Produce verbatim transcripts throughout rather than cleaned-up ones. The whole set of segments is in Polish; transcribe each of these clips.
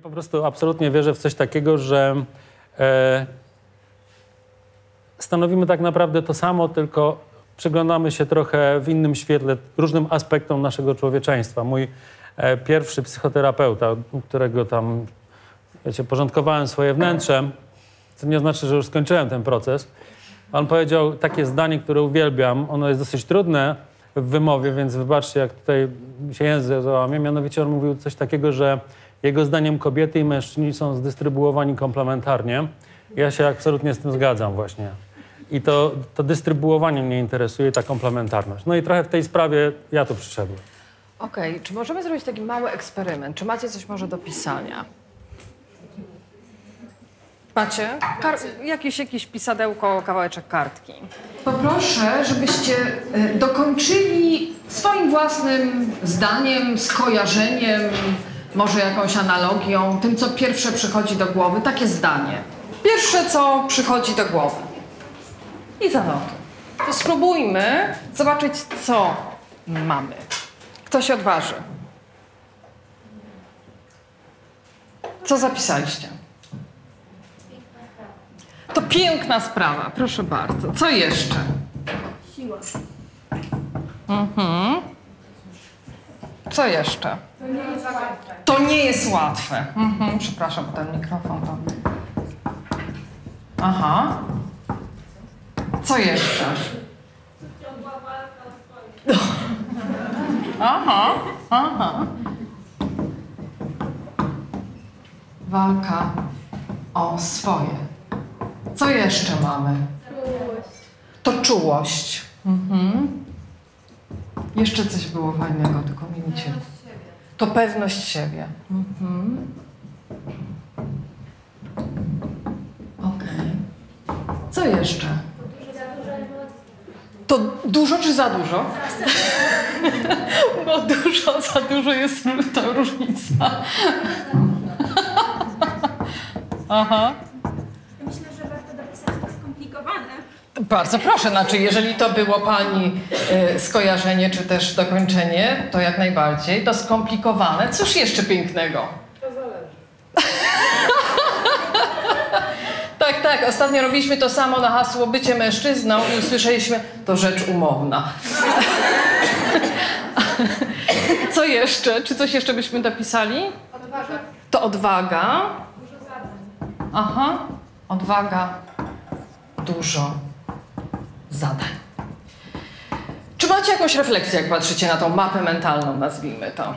Po prostu absolutnie wierzę w coś takiego, że e, stanowimy tak naprawdę to samo, tylko przyglądamy się trochę w innym świetle różnym aspektom naszego człowieczeństwa. Mój e, pierwszy psychoterapeuta, u którego tam, wiecie, porządkowałem swoje wnętrze, co nie znaczy, że już skończyłem ten proces, on powiedział takie zdanie, które uwielbiam. Ono jest dosyć trudne w wymowie, więc wybaczcie, jak tutaj się język załamie. Mianowicie on mówił coś takiego, że jego zdaniem kobiety i mężczyźni są zdystrybuowani komplementarnie. Ja się absolutnie z tym zgadzam właśnie. I to, to dystrybuowanie mnie interesuje, ta komplementarność. No i trochę w tej sprawie ja tu przyszedłem. Okej, okay. Czy możemy zrobić taki mały eksperyment? Czy macie coś może do pisania? Macie? Kar- jakieś, jakieś pisadełko, kawałeczek kartki. Poproszę, żebyście y, dokończyli swoim własnym zdaniem, skojarzeniem, może jakąś analogią, tym, co pierwsze przychodzi do głowy. Takie zdanie. Pierwsze, co przychodzi do głowy. I zanotuj. To spróbujmy zobaczyć, co mamy. Kto się odważy? Co zapisaliście? To piękna sprawa, proszę bardzo. Co jeszcze? Siła. Mhm. Co jeszcze? To nie jest łatwe. To nie jest łatwe. Mhm. Przepraszam, bo ten mikrofon tam... Aha. Co jeszcze? Aha, aha. Walka o swoje. Co jeszcze mamy? Czułość. To czułość. Mhm. Jeszcze coś było fajnego, tylko mi nie cię. To pewność siebie. Mhm. Okej. Co jeszcze? To dużo czy za dużo? Bo dużo, za dużo jest ta różnica. Aha. Myślę, że warto dopisać to skomplikowane. Bardzo proszę, znaczy jeżeli to było Pani y, skojarzenie czy też dokończenie, to jak najbardziej. To skomplikowane. Cóż jeszcze pięknego? To zależy. Tak, tak. Ostatnio robiliśmy to samo na hasło bycie mężczyzną i usłyszeliśmy, to rzecz umowna. Co jeszcze? Czy coś jeszcze byśmy dopisali? Odwaga. To odwaga. Dużo zadań. Aha. Odwaga. Dużo zadań. Czy macie jakąś refleksję, jak patrzycie na tą mapę mentalną, nazwijmy to?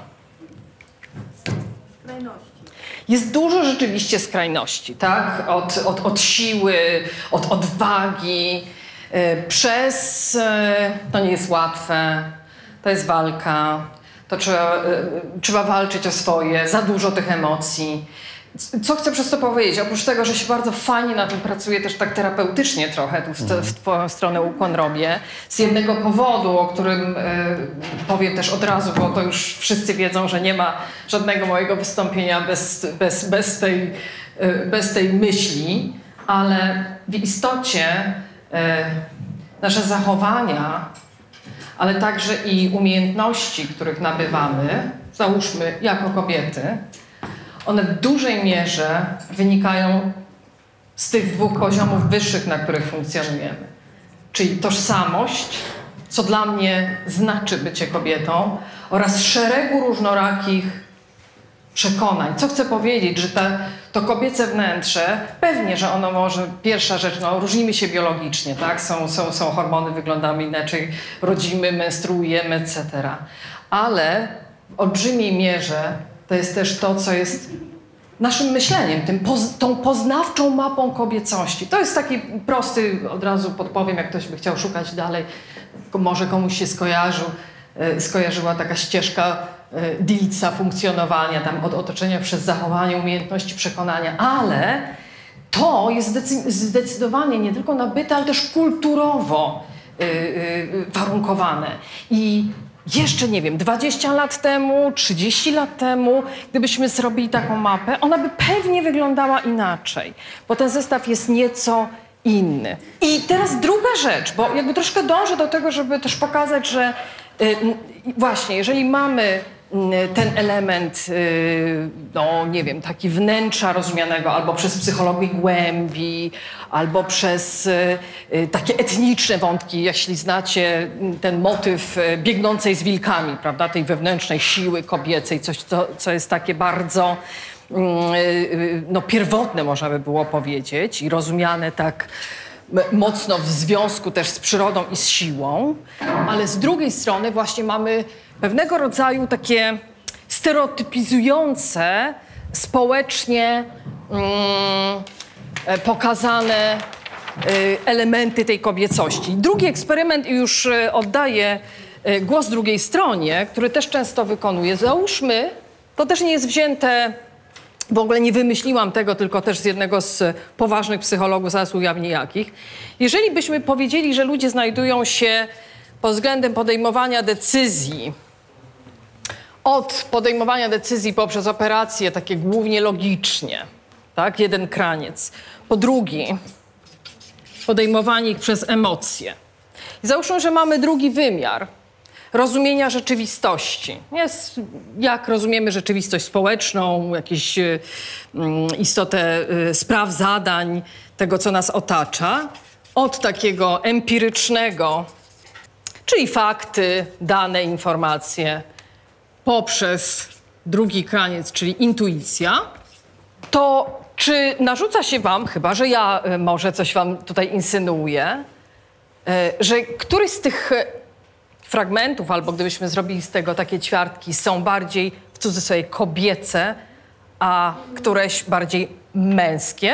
Skrajności. Jest dużo rzeczywiście skrajności, tak? Od, od, od siły, od odwagi, yy, przez... Yy, to nie jest łatwe, to jest walka, to trzeba, yy, trzeba walczyć o swoje, za dużo tych emocji. Co chcę przez to powiedzieć? Oprócz tego, że się bardzo fajnie na tym pracuje, też tak terapeutycznie trochę, tu w, w twoją stronę ukłon robię, z jednego powodu, o którym y, powiem też od razu, bo to już wszyscy wiedzą, że nie ma żadnego mojego wystąpienia bez, bez, bez, tej, y, bez tej myśli, ale w istocie y, nasze zachowania, ale także i umiejętności, których nabywamy, załóżmy jako kobiety, one w dużej mierze wynikają z tych dwóch poziomów wyższych, na których funkcjonujemy. Czyli tożsamość, co dla mnie znaczy bycie kobietą, oraz szeregu różnorakich przekonań. Co chcę powiedzieć, że ta, to kobiece wnętrze, pewnie, że ono może, pierwsza rzecz, no różnimy się biologicznie, tak? Są, są, są hormony, wyglądamy inaczej, rodzimy, menstruujemy, et cetera. Ale w olbrzymiej mierze to jest też to, co jest naszym myśleniem, tym poz, tą poznawczą mapą kobiecości. To jest taki prosty, od razu podpowiem, jak ktoś by chciał szukać dalej, może komuś się skojarzył, y, skojarzyła taka ścieżka y, Dilca funkcjonowania, tam od otoczenia przez zachowanie, umiejętności przekonania, ale to jest zdecy, zdecydowanie nie tylko nabyte, ale też kulturowo y, y, warunkowane. I jeszcze, nie wiem, dwadzieścia lat temu, trzydzieści lat temu, gdybyśmy zrobili taką mapę, ona by pewnie wyglądała inaczej, bo ten zestaw jest nieco inny. I teraz druga rzecz, bo jakby troszkę dążę do tego, żeby też pokazać, że yy, właśnie, jeżeli mamy ten element, no nie wiem, taki wnętrza rozumianego albo przez psychologię głębi, albo przez takie etniczne wątki, jeśli znacie ten motyw biegnącej z wilkami, prawda, tej wewnętrznej siły kobiecej, coś, co, co jest takie bardzo no, pierwotne, można by było powiedzieć, i rozumiane tak mocno w związku też z przyrodą i z siłą, ale z drugiej strony właśnie mamy pewnego rodzaju takie stereotypizujące społecznie mm, pokazane y, elementy tej kobiecości. Drugi eksperyment, i już y, oddaję y, głos drugiej stronie, który też często wykonuję. Załóżmy, to też nie jest wzięte, w ogóle nie wymyśliłam tego, tylko też z jednego z poważnych psychologów, zaraz ujawnię jakich. Jeżeli byśmy powiedzieli, że ludzie znajdują się pod względem podejmowania decyzji, od podejmowania decyzji poprzez operacje takie głównie logicznie, tak, jeden kraniec, po drugi podejmowanie ich przez emocje. I załóżmy, że mamy drugi wymiar rozumienia rzeczywistości. Jest, jak rozumiemy rzeczywistość społeczną, jakieś y, y, istotę y, spraw, zadań, tego, co nas otacza, od takiego empirycznego, czyli fakty, dane, informacje, poprzez drugi kraniec, czyli intuicja, to czy narzuca się wam, chyba że ja y, może coś wam tutaj insynuuję, y, że któryś z tych fragmentów, albo gdybyśmy zrobili z tego takie ćwiartki, są bardziej w cudzysłowie kobiece, a któreś bardziej męskie?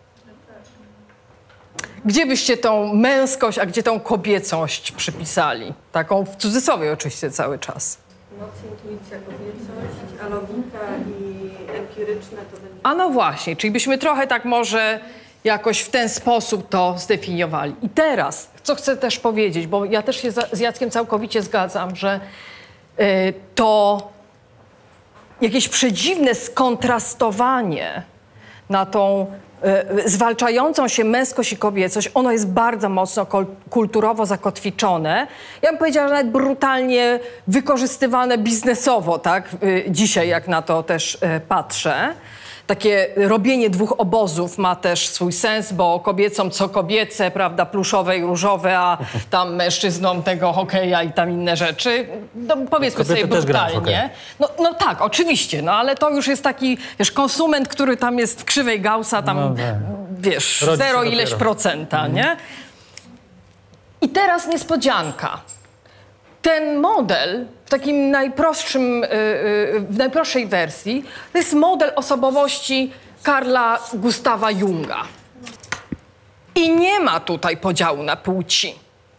Gdzie byście tą męskość, a gdzie tą kobiecość przypisali? Taką w cudzysłowie oczywiście cały czas. Moc, intuicja, kobiecość, a logika i empiryczne to będzie... A no właśnie, czyli byśmy trochę tak może jakoś w ten sposób to zdefiniowali. I teraz, co chcę też powiedzieć, bo ja też się z Jackiem całkowicie zgadzam, że y, to jakieś przedziwne skontrastowanie na tą y, zwalczającą się męskość i kobiecość, ono jest bardzo mocno kulturowo zakotwiczone. Ja bym powiedziała, że nawet brutalnie wykorzystywane biznesowo, tak? Y, dzisiaj jak na to też y, patrzę. Takie robienie dwóch obozów ma też swój sens, bo kobiecom co kobiece, prawda, pluszowe i różowe, a tam mężczyznom tego hokeja i tam inne rzeczy. No, powiedzmy Kobiety sobie też grają w brutalnie. No, no tak, oczywiście, no ale to już jest taki, wiesz, konsument, który tam jest w krzywej Gaussa, tam, No, tak. wiesz, Rodzi się zero ileś dopiero. procenta, mhm. nie? I teraz niespodzianka. Ten model w takim najprostszym, w najprostszej wersji to jest model osobowości Carla Gustawa Junga. I nie ma tutaj podziału na płci.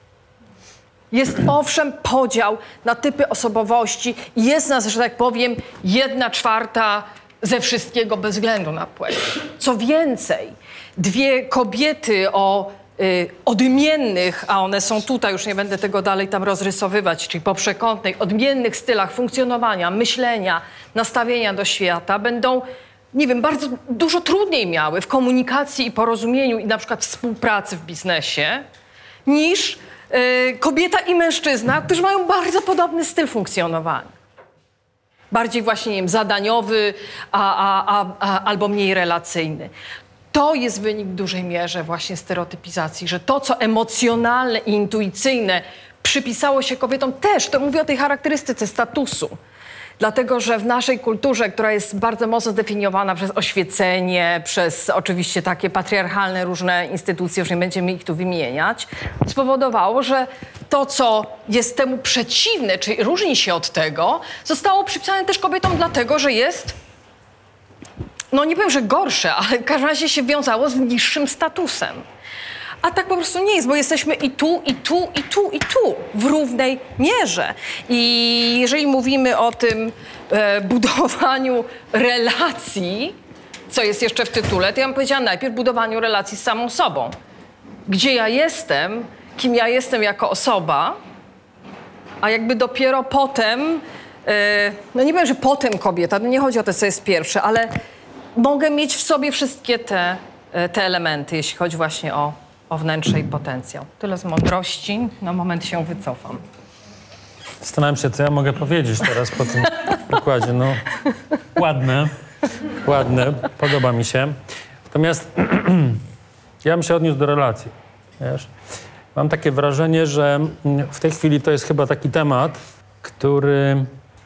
Jest owszem podział na typy osobowości i jest nas, że tak powiem, jedna czwarta ze wszystkiego bez względu na płeć. Co więcej, dwie kobiety o y, odmiennych, a one są tutaj, już nie będę tego dalej tam rozrysowywać, czyli po przekątnej, odmiennych stylach funkcjonowania, myślenia, nastawienia do świata, będą, nie wiem, bardzo dużo trudniej miały w komunikacji i porozumieniu i na przykład współpracy w biznesie, niż y, kobieta i mężczyzna, którzy mają bardzo podobny styl funkcjonowania. Bardziej właśnie, nie wiem, zadaniowy, a, a, a, a, albo mniej relacyjny. To jest wynik w dużej mierze właśnie stereotypizacji, że to, co emocjonalne i intuicyjne przypisało się kobietom też, to mówię o tej charakterystyce statusu. Dlatego, że w naszej kulturze, która jest bardzo mocno zdefiniowana przez oświecenie, przez oczywiście takie patriarchalne różne instytucje, już nie będziemy ich tu wymieniać, spowodowało, że to, co jest temu przeciwne, czyli różni się od tego, zostało przypisane też kobietom dlatego, że jest, no nie powiem, że gorsze, ale w każdym razie się wiązało z niższym statusem. A tak po prostu nie jest, bo jesteśmy i tu, i tu, i tu, i tu, w równej mierze. I jeżeli mówimy o tym e, budowaniu relacji, co jest jeszcze w tytule, to ja bym powiedziała najpierw budowaniu relacji z samą sobą. Gdzie ja jestem, kim ja jestem jako osoba, a jakby dopiero potem, e, no nie powiem, że potem kobieta, no nie chodzi o to, co jest pierwsze, ale mogę mieć w sobie wszystkie te, te elementy, jeśli chodzi właśnie o o wnętrze i potencjał. Tyle z mądrości. Na moment się wycofam. Zastanawiam się, co ja mogę powiedzieć teraz po tym przykładzie. No, ładne, ładne, podoba mi się. Natomiast ja bym się odniósł do relacji, wiesz. Mam takie wrażenie, że w tej chwili to jest chyba taki temat, który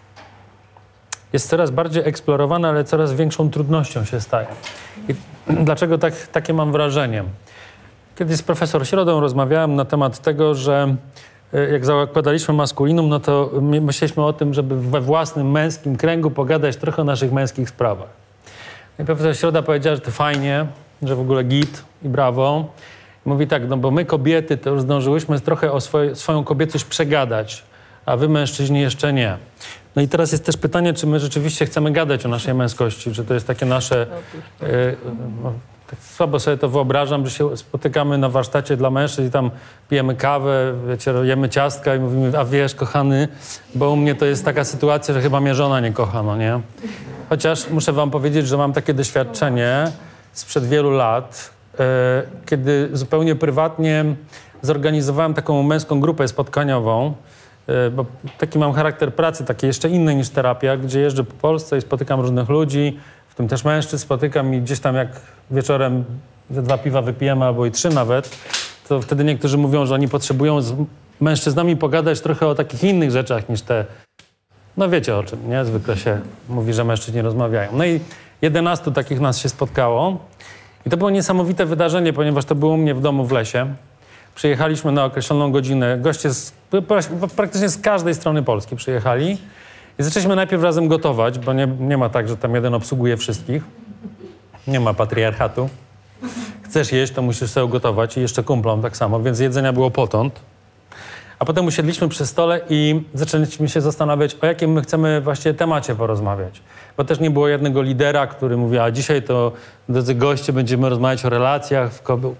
jest coraz bardziej eksplorowany, ale coraz większą trudnością się staje. I dlaczego tak, takie mam wrażenie? Kiedyś z profesor Środą rozmawiałem na temat tego, że jak zakładaliśmy maskulinum, no to myśleliśmy o tym, żeby we własnym męskim kręgu pogadać trochę o naszych męskich sprawach. I profesor Środa powiedziała, że to fajnie, że w ogóle git i brawo. I mówi tak, no bo my kobiety to już zdążyłyśmy trochę o swoje, swoją kobiecość przegadać, a wy mężczyźni jeszcze nie. No i teraz jest też pytanie, czy my rzeczywiście chcemy gadać o naszej męskości, czy to jest takie nasze... Yy, no, tak słabo sobie to wyobrażam, że się spotykamy na warsztacie dla mężczyzn i tam pijemy kawę, wiecie, jemy ciastka i mówimy, a wiesz, kochany, bo u mnie to jest taka sytuacja, że chyba mnie żona nie kocha, no nie? Chociaż muszę wam powiedzieć, że mam takie doświadczenie sprzed wielu lat, yy, kiedy zupełnie prywatnie zorganizowałem taką męską grupę spotkaniową, bo taki mam charakter pracy, taki jeszcze inny niż terapia, gdzie jeżdżę po Polsce i spotykam różnych ludzi, w tym też mężczyzn spotykam i gdzieś tam jak wieczorem ze dwa piwa wypijemy albo i trzy nawet, to wtedy niektórzy mówią, że oni potrzebują z mężczyznami pogadać trochę o takich innych rzeczach niż te, no wiecie o czym, nie? Zwykle się mówi, że mężczyźni rozmawiają. No i jedenastu takich nas się spotkało i to było niesamowite wydarzenie, ponieważ to było u mnie w domu w lesie. Przyjechaliśmy na określoną godzinę. Goście z, praktycznie z każdej strony Polski przyjechali. I zaczęliśmy najpierw razem gotować, bo nie, nie ma tak, że tam jeden obsługuje wszystkich. Nie ma patriarchatu. Chcesz jeść, to musisz sobie gotować i jeszcze kumplom tak samo, więc jedzenia było potąd. A potem usiedliśmy przy stole i zaczęliśmy się zastanawiać, o jakim my chcemy właściwie temacie porozmawiać. Bo też nie było jednego lidera, który mówi, a dzisiaj to, drodzy goście, będziemy rozmawiać o relacjach w kobiet.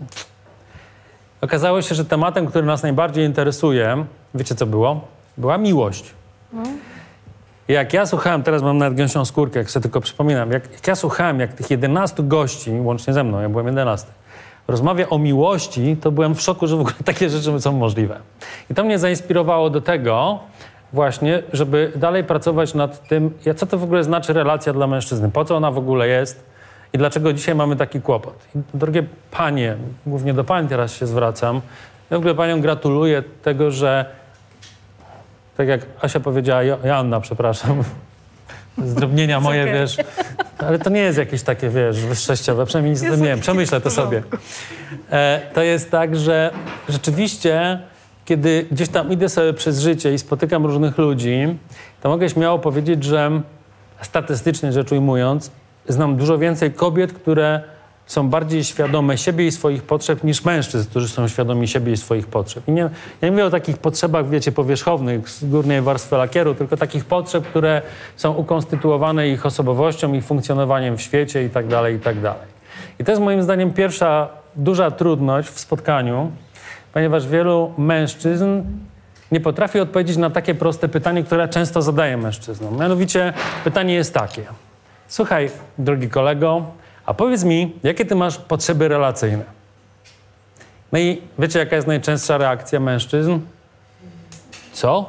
Okazało się, że tematem, który nas najbardziej interesuje, wiecie co było? Była miłość. No. I jak ja słuchałem, teraz mam nawet gęsią skórkę, jak sobie tylko przypominam, jak, jak ja słuchałem, jak tych jedenastu gości, łącznie ze mną, ja byłem jedenasty, rozmawia o miłości, to byłem w szoku, że w ogóle takie rzeczy są możliwe. I to mnie zainspirowało do tego właśnie, żeby dalej pracować nad tym, co to w ogóle znaczy relacja dla mężczyzny, po co ona w ogóle jest, i dlaczego dzisiaj mamy taki kłopot? I drogie panie, głównie do pań teraz się zwracam, ja w ogóle paniom gratuluję tego, że tak jak Asia powiedziała, jo- Joanna, przepraszam, zdrobnienia moje, okay. Wiesz, ale to nie jest jakieś takie, wiesz, wyższościowe, przynajmniej nic o tym nie wiem, przemyślę to sobie. E, to jest tak, że rzeczywiście, kiedy gdzieś tam idę sobie przez życie i spotykam różnych ludzi, to mogę śmiało powiedzieć, że statystycznie rzecz ujmując, znam dużo więcej kobiet, które są bardziej świadome siebie i swoich potrzeb niż mężczyzn, którzy są świadomi siebie i swoich potrzeb. I nie, ja nie mówię o takich potrzebach, wiecie, powierzchownych, z górnej warstwy lakieru, tylko takich potrzeb, które są ukonstytuowane ich osobowością, ich funkcjonowaniem w świecie i tak dalej, i tak dalej. I to jest moim zdaniem pierwsza duża trudność w spotkaniu, ponieważ wielu mężczyzn nie potrafi odpowiedzieć na takie proste pytanie, które często zadaję mężczyznom. Mianowicie pytanie jest takie. Słuchaj, drogi kolego, a powiedz mi, jakie ty masz potrzeby relacyjne? No i wiecie, jaka jest najczęstsza reakcja mężczyzn? Co?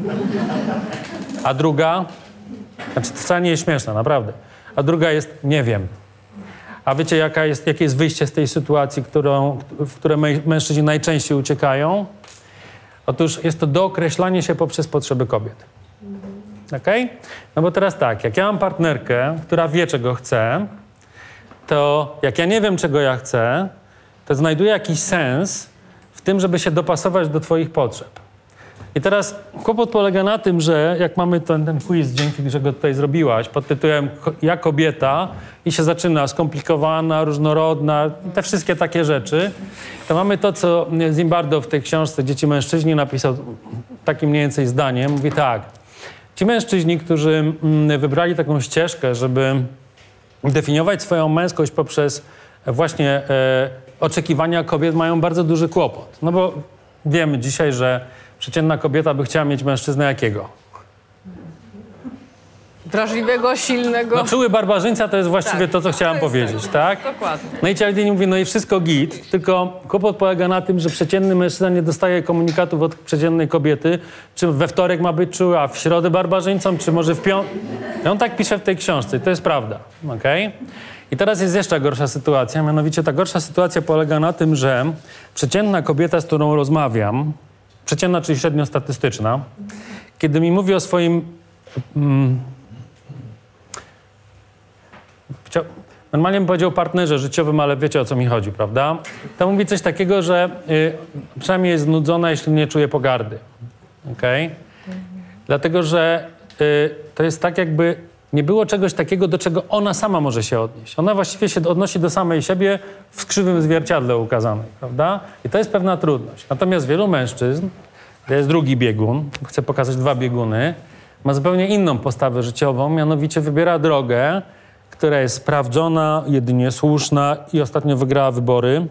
A druga? Znaczy, to wcale nie jest śmieszne, naprawdę. A druga jest, nie wiem. A wiecie, jaka jest, jakie jest wyjście z tej sytuacji, którą, w której mężczyźni najczęściej uciekają? Otóż jest to dookreślanie się poprzez potrzeby kobiet. Okej? Okay? No bo teraz tak, jak ja mam partnerkę, która wie, czego chce, to jak ja nie wiem, czego ja chcę, to znajduję jakiś sens w tym, żeby się dopasować do twoich potrzeb. I teraz kłopot polega na tym, że jak mamy ten, ten quiz, dzięki, że go tutaj zrobiłaś, pod tytułem Ja kobieta i się zaczyna skomplikowana, różnorodna, te wszystkie takie rzeczy, to mamy to, co Zimbardo w tej książce Dzieci mężczyźni napisał takim mniej więcej zdaniem. Mówi tak, ci mężczyźni, którzy wybrali taką ścieżkę, żeby definiować swoją męskość poprzez właśnie e, oczekiwania kobiet, mają bardzo duży kłopot. No bo wiemy dzisiaj, że przeciętna kobieta by chciała mieć mężczyznę jakiego? Wrażliwego, silnego. No czuły barbarzyńca to jest właściwie Tak. to, co chciałam To jest powiedzieć, tak? Dokładnie. No i Cialdini mówi, no i wszystko git, tylko kłopot polega na tym, że przeciętny mężczyzna nie dostaje komunikatów od przeciętnej kobiety, czy we wtorek ma być czuły, a w środę barbarzyńcą, czy może w piątek. I on tak pisze w tej książce i to jest prawda, okej? I teraz jest jeszcze gorsza sytuacja, mianowicie ta gorsza sytuacja polega na tym, że przeciętna kobieta, z którą rozmawiam, przeciętna, czyli średniostatystyczna, kiedy mi mówi o swoim... Mm, Chcia... Normalnie bym powiedział partnerze życiowym, ale wiecie, o co mi chodzi, prawda? To mówi coś takiego, że y, przynajmniej jest znudzona, jeśli nie czuje pogardy. Okej? Dlatego, że y, to jest tak, jakby nie było czegoś takiego, do czego ona sama może się odnieść. Ona właściwie się odnosi do samej siebie w skrzywym zwierciadle ukazanej, prawda? I to jest pewna trudność. Natomiast wielu mężczyzn, to jest drugi biegun, chcę pokazać dwa bieguny, ma zupełnie inną postawę życiową, mianowicie wybiera drogę, która jest sprawdzona, jedynie słuszna i ostatnio wygrała wybory.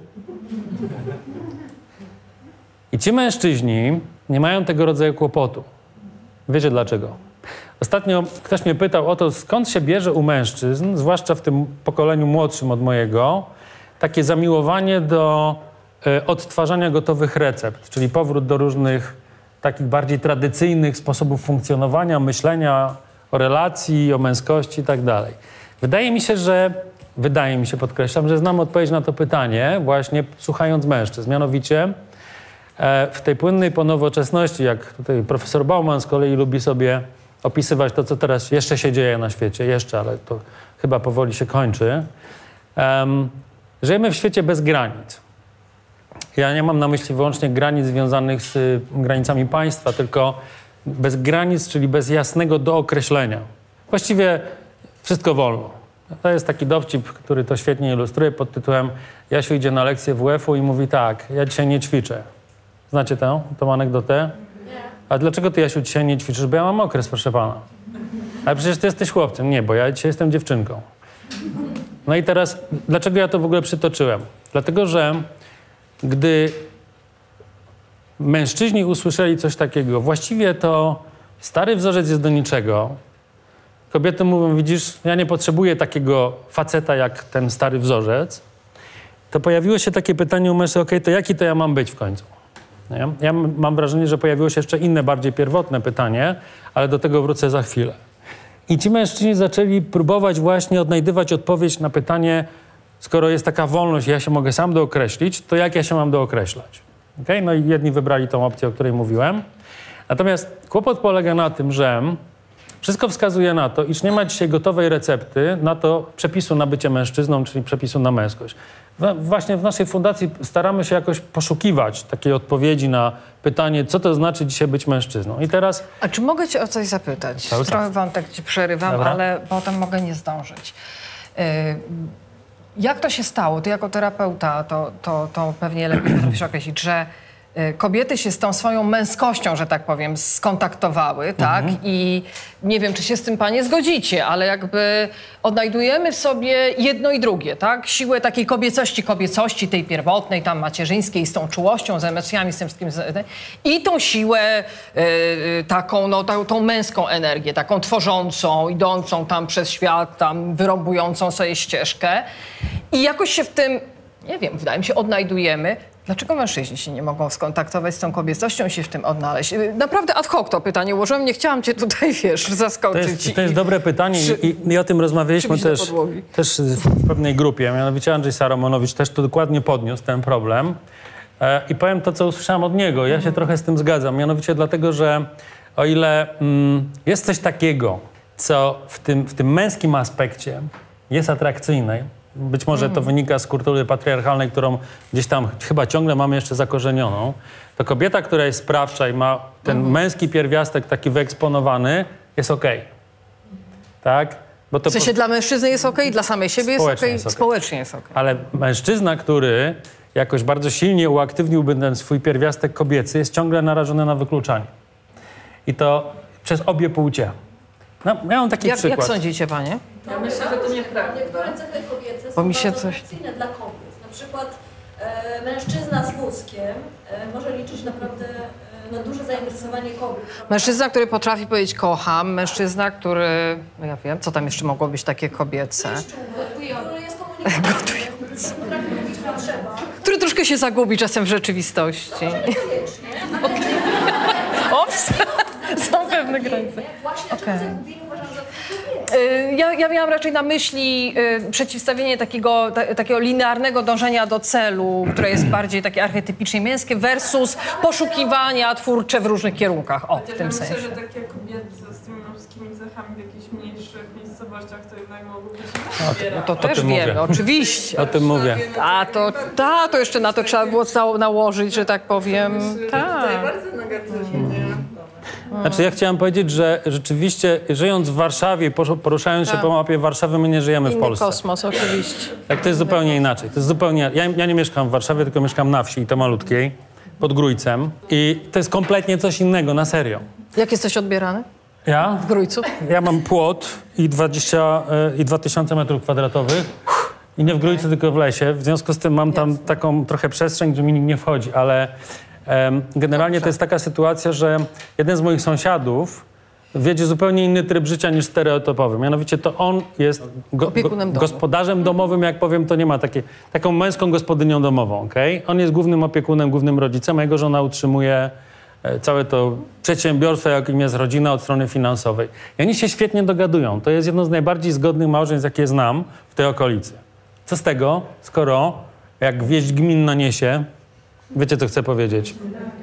I ci mężczyźni nie mają tego rodzaju kłopotu. Wiecie dlaczego? Ostatnio ktoś mnie pytał o to, skąd się bierze u mężczyzn, zwłaszcza w tym pokoleniu młodszym od mojego, takie zamiłowanie do y, odtwarzania gotowych recept, czyli powrót do różnych takich bardziej tradycyjnych sposobów funkcjonowania, myślenia o relacji, o męskości i tak dalej. Wydaje mi się, że, wydaje mi się, podkreślam, że znam odpowiedź na to pytanie właśnie słuchając mężczyzn. Mianowicie e, w tej płynnej ponowoczesności, jak tutaj profesor Bauman z kolei lubi sobie opisywać to, co teraz jeszcze się dzieje na świecie, jeszcze, ale to chyba powoli się kończy. Um, żyjemy w świecie bez granic. Ja nie mam na myśli wyłącznie granic związanych z y, granicami państwa, tylko bez granic, czyli bez jasnego dookreślenia. Właściwie wszystko wolno. To jest taki dowcip, który to świetnie ilustruje pod tytułem Jasiu idzie na lekcję W F-u i mówi tak, ja dzisiaj nie ćwiczę. Znacie tę, tą anegdotę? Nie. A dlaczego ty, Jasiu, dzisiaj nie ćwiczysz? Bo ja mam okres, proszę pana. Ale przecież ty jesteś chłopcem. Nie, bo ja dzisiaj jestem dziewczynką. No i teraz, dlaczego ja to w ogóle przytoczyłem? Dlatego, że gdy mężczyźni usłyszeli coś takiego, właściwie to stary wzorzec jest do niczego. Kobiety mówią, widzisz, ja nie potrzebuję takiego faceta jak ten stary wzorzec. To pojawiło się takie pytanie u mężczyzn, okej, to jaki to ja mam być w końcu? Nie? Ja mam wrażenie, że pojawiło się jeszcze inne, bardziej pierwotne pytanie, ale do tego wrócę za chwilę. I ci mężczyźni zaczęli próbować właśnie odnajdywać odpowiedź na pytanie, skoro jest taka wolność, ja się mogę sam dookreślić, to jak ja się mam dookreślać? Okay? No i jedni wybrali tą opcję, o której mówiłem. Natomiast kłopot polega na tym, że wszystko wskazuje na to, iż nie ma dzisiaj gotowej recepty na to przepisu na bycie mężczyzną, czyli przepisu na męskość. Właśnie w naszej fundacji staramy się jakoś poszukiwać takiej odpowiedzi na pytanie, co to znaczy dzisiaj być mężczyzną. I teraz... A czy mogę cię o coś zapytać? Cały Trochę czas. wątek ci przerywam, Dobra. ale potem mogę nie zdążyć. Yy, jak to się stało? Ty jako terapeuta to, to, to pewnie lepiej potrafisz określić, że y, kobiety się z tą swoją męskością, że tak powiem, skontaktowały, tak? I nie wiem, czy się z tym panie zgodzicie, ale jakby odnajdujemy w sobie jedno i drugie, tak? Siłę takiej kobiecości, kobiecości tej pierwotnej, tam macierzyńskiej, z tą czułością, z emocjami, z tym wszystkim. z- I tą siłę y, taką, no, tą, tą męską energię, taką tworzącą, idącą tam przez świat, tam wyrąbującą sobie ścieżkę. I jakoś się w tym, nie wiem, wydaje mi się, odnajdujemy. Dlaczego mężczyźni się nie mogą skontaktować z tą kobiecością i się w tym odnaleźć? Naprawdę ad hoc to pytanie ułożyłem. Nie chciałam cię tutaj, wiesz, To zaskoczyć. jest, to jest i- dobre pytanie przy- i, i o tym rozmawialiśmy przybić do też, podłogi. też w pewnej grupie. Mianowicie Andrzej Saramonowicz też to dokładnie podniósł ten problem. E, I powiem to, co usłyszałem od niego. Ja się trochę z tym zgadzam. Mianowicie dlatego, że o ile mm, jest coś takiego, co w tym, w tym męskim aspekcie jest atrakcyjne, być może to wynika z kultury patriarchalnej, którą gdzieś tam chyba ciągle mamy jeszcze zakorzenioną, to kobieta, która jest sprawcza i ma ten męski pierwiastek taki wyeksponowany, jest okej. Tak? Bo to W sensie po- dla mężczyzny jest okej, dla samej siebie jest Społecznie okej, jest okej. społecznie jest okej. Ale mężczyzna, który jakoś bardzo silnie uaktywniłby ten swój pierwiastek kobiecy, jest ciągle narażony na wykluczanie. I to przez obie płcie. No, miałem taki Jak, przykład. jak sądzicie, panie? Ja myślę, że to nieprawda. Niektóre cechy kobiece Bo są mi się bardzo coś- atrakcyjne dla kobiet. Na przykład e, mężczyzna z wózkiem e, może liczyć naprawdę na duże zainteresowanie kobiet. Mężczyzna, który potrafi powiedzieć kocham, mężczyzna, który, no ja wiem, co tam jeszcze mogło być takie kobiece. Który jest komunikacyjny, potrafi mówić potrzeba. Który troszkę się zagubi czasem w rzeczywistości. Ops, są pewne granice. Właśnie Okej. okay. zagubienie uważam za kobiet. Y, Ja, ja miałam raczej na myśli y, przeciwstawienie takiego, ta, takiego linearnego dążenia do celu, które jest bardziej takie archetypicznie męskie, versus poszukiwania twórcze w różnych kierunkach. O, w Ja tym myślę, sensie. że takie kobiety z tymi męskimi cechami w jakichś mniejszych miejscowościach to jednak mogą być No to też tym wiemy, mówię. oczywiście. O tym mówię. A to, ta, to jeszcze na to trzeba było cało nałożyć, że tak powiem. Tak. Bardzo negatywnie. Znaczy ja chciałem powiedzieć, że rzeczywiście żyjąc w Warszawie i poszu- poruszając się Tak. po mapie Warszawy, my nie żyjemy w Inny Polsce. kosmos, oczywiście. Tak, to jest zupełnie inaczej. To jest zupełnie... Ja, ja nie mieszkam w Warszawie, tylko mieszkam na wsi, i to malutkiej, pod Grójcem. I to jest kompletnie coś innego, na serio. Jak jesteś odbierany Ja? w Grójcu? Ja mam płot i dwadzieścia e, i dwa tysiące metrów kwadratowych. I nie w Grójcu, tylko w lesie. W związku z tym mam tam taką trochę przestrzeń, gdzie mi nikt nie wchodzi, ale em, generalnie to jest taka sytuacja, że jeden z moich sąsiadów wiedzie zupełnie inny tryb życia niż stereotypowy. Mianowicie to on jest go, Opiekunem domu. gospodarzem domowym, jak powiem, to nie ma takiej, taką męską gospodynią domową, okej? On jest głównym opiekunem, głównym rodzicem, a jego żona utrzymuje e, całe to przedsiębiorstwo, jakim jest rodzina od strony finansowej. I oni się świetnie dogadują. To jest jedno z najbardziej zgodnych małżeństw, jakie znam w tej okolicy. Co z tego, skoro jak wieść gminna niesie, wiecie, co chcę powiedzieć,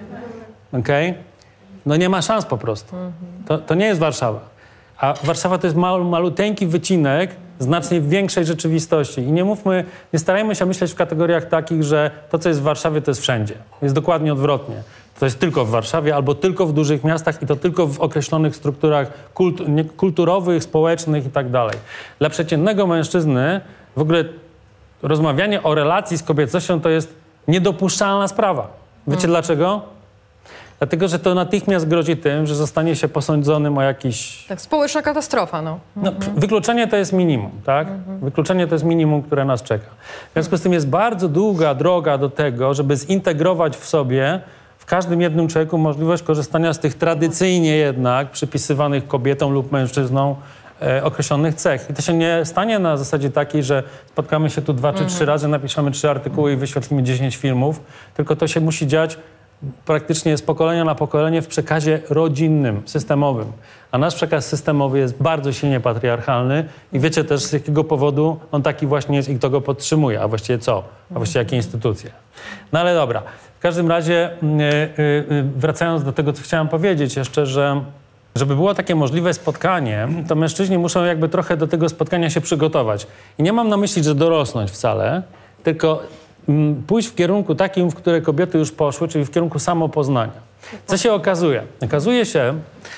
okej? No nie ma szans po prostu. To, to nie jest Warszawa. A Warszawa to jest mal, maluteńki wycinek znacznie większej rzeczywistości. I nie mówmy, nie starajmy się myśleć w kategoriach takich, że to, co jest w Warszawie, to jest wszędzie. Jest dokładnie odwrotnie. To jest tylko w Warszawie albo tylko w dużych miastach i to tylko w określonych strukturach kult, nie, kulturowych, społecznych i tak dalej. Dla przeciętnego mężczyzny w ogóle rozmawianie o relacji z kobiecością to jest niedopuszczalna sprawa. Wiecie dlaczego? Dlatego, że to natychmiast grozi tym, że zostanie się posądzonym o jakiś... Tak, społeczna katastrofa, no. No, p- wykluczenie to jest minimum, tak? Wykluczenie to jest minimum, które nas czeka. W związku z tym jest bardzo długa droga do tego, żeby zintegrować w sobie w każdym jednym człowieku możliwość korzystania z tych tradycyjnie jednak przypisywanych kobietom lub mężczyznom e, określonych cech. I to się nie stanie na zasadzie takiej, że spotkamy się tu dwa czy trzy razy, napiszemy trzy artykuły i wyświetlimy dziesięć filmów, tylko to się musi dziać praktycznie z pokolenia na pokolenie w przekazie rodzinnym, systemowym. A nasz przekaz systemowy jest bardzo silnie patriarchalny i wiecie też, z jakiego powodu on taki właśnie jest i kto go podtrzymuje, a właściwie co, a właściwie jakie instytucje. No ale dobra, w każdym razie yy, yy, wracając do tego, co chciałem powiedzieć jeszcze, że żeby było takie możliwe spotkanie, to mężczyźni muszą jakby trochę do tego spotkania się przygotować. I nie mam na myśli, że dorosnąć wcale, tylko mm, pójść w kierunku takim, w które kobiety już poszły, czyli w kierunku samopoznania. Co się okazuje? Okazuje się,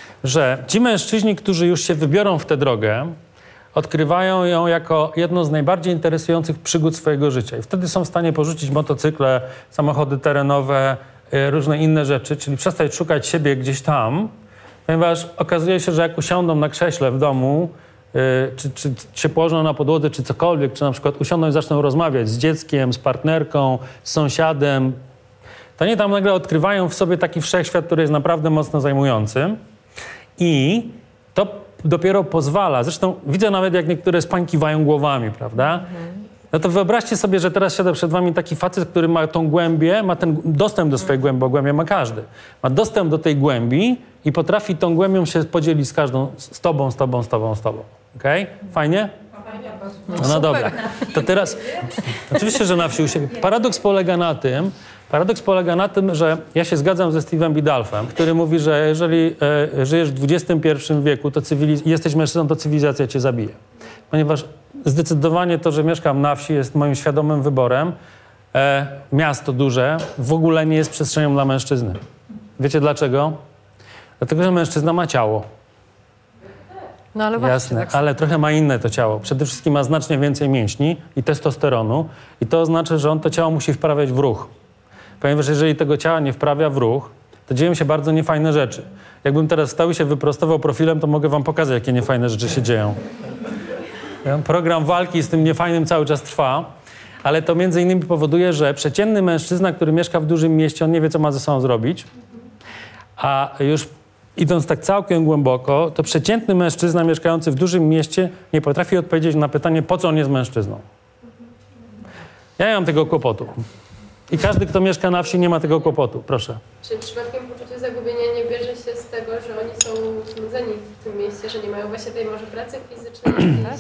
że ci mężczyźni, którzy już się wybiorą w tę drogę, odkrywają ją jako jedną z najbardziej interesujących przygód swojego życia. I wtedy są w stanie porzucić motocykle, samochody terenowe, y, różne inne rzeczy, czyli przestać szukać siebie gdzieś tam, ponieważ okazuje się, że jak usiądą na krześle w domu, yy, czy, czy, czy się położą na podłodze, czy cokolwiek, czy na przykład usiądą i zaczną rozmawiać z dzieckiem, z partnerką, z sąsiadem, to oni tam nagle odkrywają w sobie taki wszechświat, który jest naprawdę mocno zajmujący i to dopiero pozwala, zresztą widzę nawet, jak niektóre z pań kiwają głowami, prawda? No to wyobraźcie sobie, że teraz siada przed wami taki facet, który ma tą głębię, ma ten dostęp do swojej głębi, bo głębię ma każdy. Ma dostęp do tej głębi i potrafi tą głębią się podzielić z każdą, z tobą, z tobą, z tobą, z tobą. Okej? Fajnie? No, no dobra. To teraz, oczywiście, że na wsi się... Paradoks polega na tym, paradoks polega na tym, że ja się zgadzam ze Steve'em Biddulphem, który mówi, że jeżeli e, żyjesz w dwudziestym pierwszym wieku, to cywiliz- jesteś mężczyzną, to cywilizacja cię zabije. Ponieważ zdecydowanie to, że mieszkam na wsi, jest moim świadomym wyborem. E, miasto duże w ogóle nie jest przestrzenią dla mężczyzny. Wiecie dlaczego? Dlatego, że mężczyzna ma ciało. No ale właśnie, Jasne, tak ale trochę ma inne to ciało. Przede wszystkim ma znacznie więcej mięśni i testosteronu i to oznacza, że on to ciało musi wprawiać w ruch. Ponieważ jeżeli tego ciała nie wprawia w ruch, to dzieją się bardzo niefajne rzeczy. Jakbym teraz stał i się wyprostował profilem, to mogę wam pokazać, jakie niefajne rzeczy się dzieją. Program walki z tym niefajnym cały czas trwa, ale to między innymi powoduje, że przeciętny mężczyzna, który mieszka w dużym mieście, on nie wie, co ma ze sobą zrobić, A już idąc tak całkiem głęboko, to przeciętny mężczyzna mieszkający w dużym mieście nie potrafi odpowiedzieć na pytanie, po co on jest mężczyzną. Ja nie mam tego kłopotu. I każdy, kto mieszka na wsi, nie ma tego kłopotu. Proszę. Czy przypadkiem poczucie zagubienia nie bierze się z tego, że oni są znudzeni w tym mieście, że nie mają właśnie tej może pracy fizycznej, tak?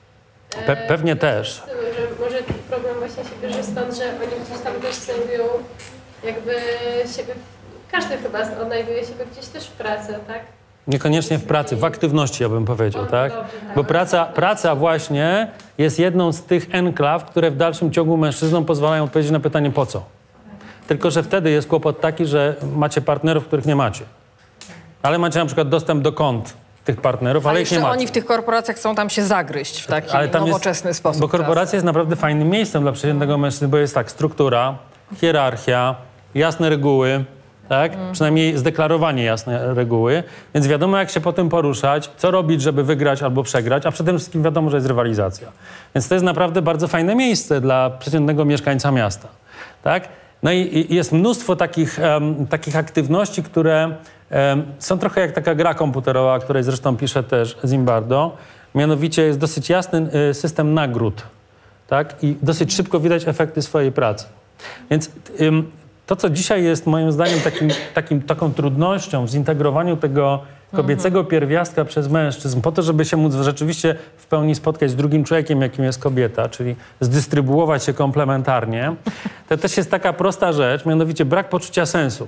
Pe pewnie też. Że może problem właśnie się bierze stąd, że oni gdzieś tam też znajdują jakby siebie, każdy chyba odnajduje siebie gdzieś też w pracy, tak? Niekoniecznie w pracy, w aktywności, ja bym powiedział, O, tak? dobrze, tak. Bo praca, praca właśnie jest jedną z tych enklaw, które w dalszym ciągu mężczyznom pozwalają odpowiedzieć na pytanie po co. Tylko że wtedy jest kłopot taki, że macie partnerów, których nie macie. Ale macie na przykład dostęp do kont tych partnerów, ale A ich nie jeszcze macie. oni w tych korporacjach chcą tam się zagryźć w taki Ale tam nowoczesny jest, sposób. Bo korporacja jest naprawdę fajnym miejscem dla przeciętnego mężczyzny, bo jest tak, struktura, hierarchia, jasne reguły, tak? Przynajmniej zdeklarowanie jasne reguły, więc wiadomo, jak się po tym poruszać, co robić, żeby wygrać albo przegrać, a przede wszystkim wiadomo, że jest rywalizacja. Więc to jest naprawdę bardzo fajne miejsce dla przeciętnego mieszkańca miasta, tak? No i, i jest mnóstwo takich, um, takich aktywności, które um, są trochę jak taka gra komputerowa, o której zresztą pisze też Zimbardo. Mianowicie jest dosyć jasny y, system nagród, tak? I dosyć szybko widać efekty swojej pracy. Więc ym, to, co dzisiaj jest moim zdaniem takim, takim, taką trudnością w zintegrowaniu tego kobiecego pierwiastka przez mężczyzn, po to, żeby się móc rzeczywiście w pełni spotkać z drugim człowiekiem, jakim jest kobieta, czyli zdystrybuować się komplementarnie, to też jest taka prosta rzecz, mianowicie brak poczucia sensu.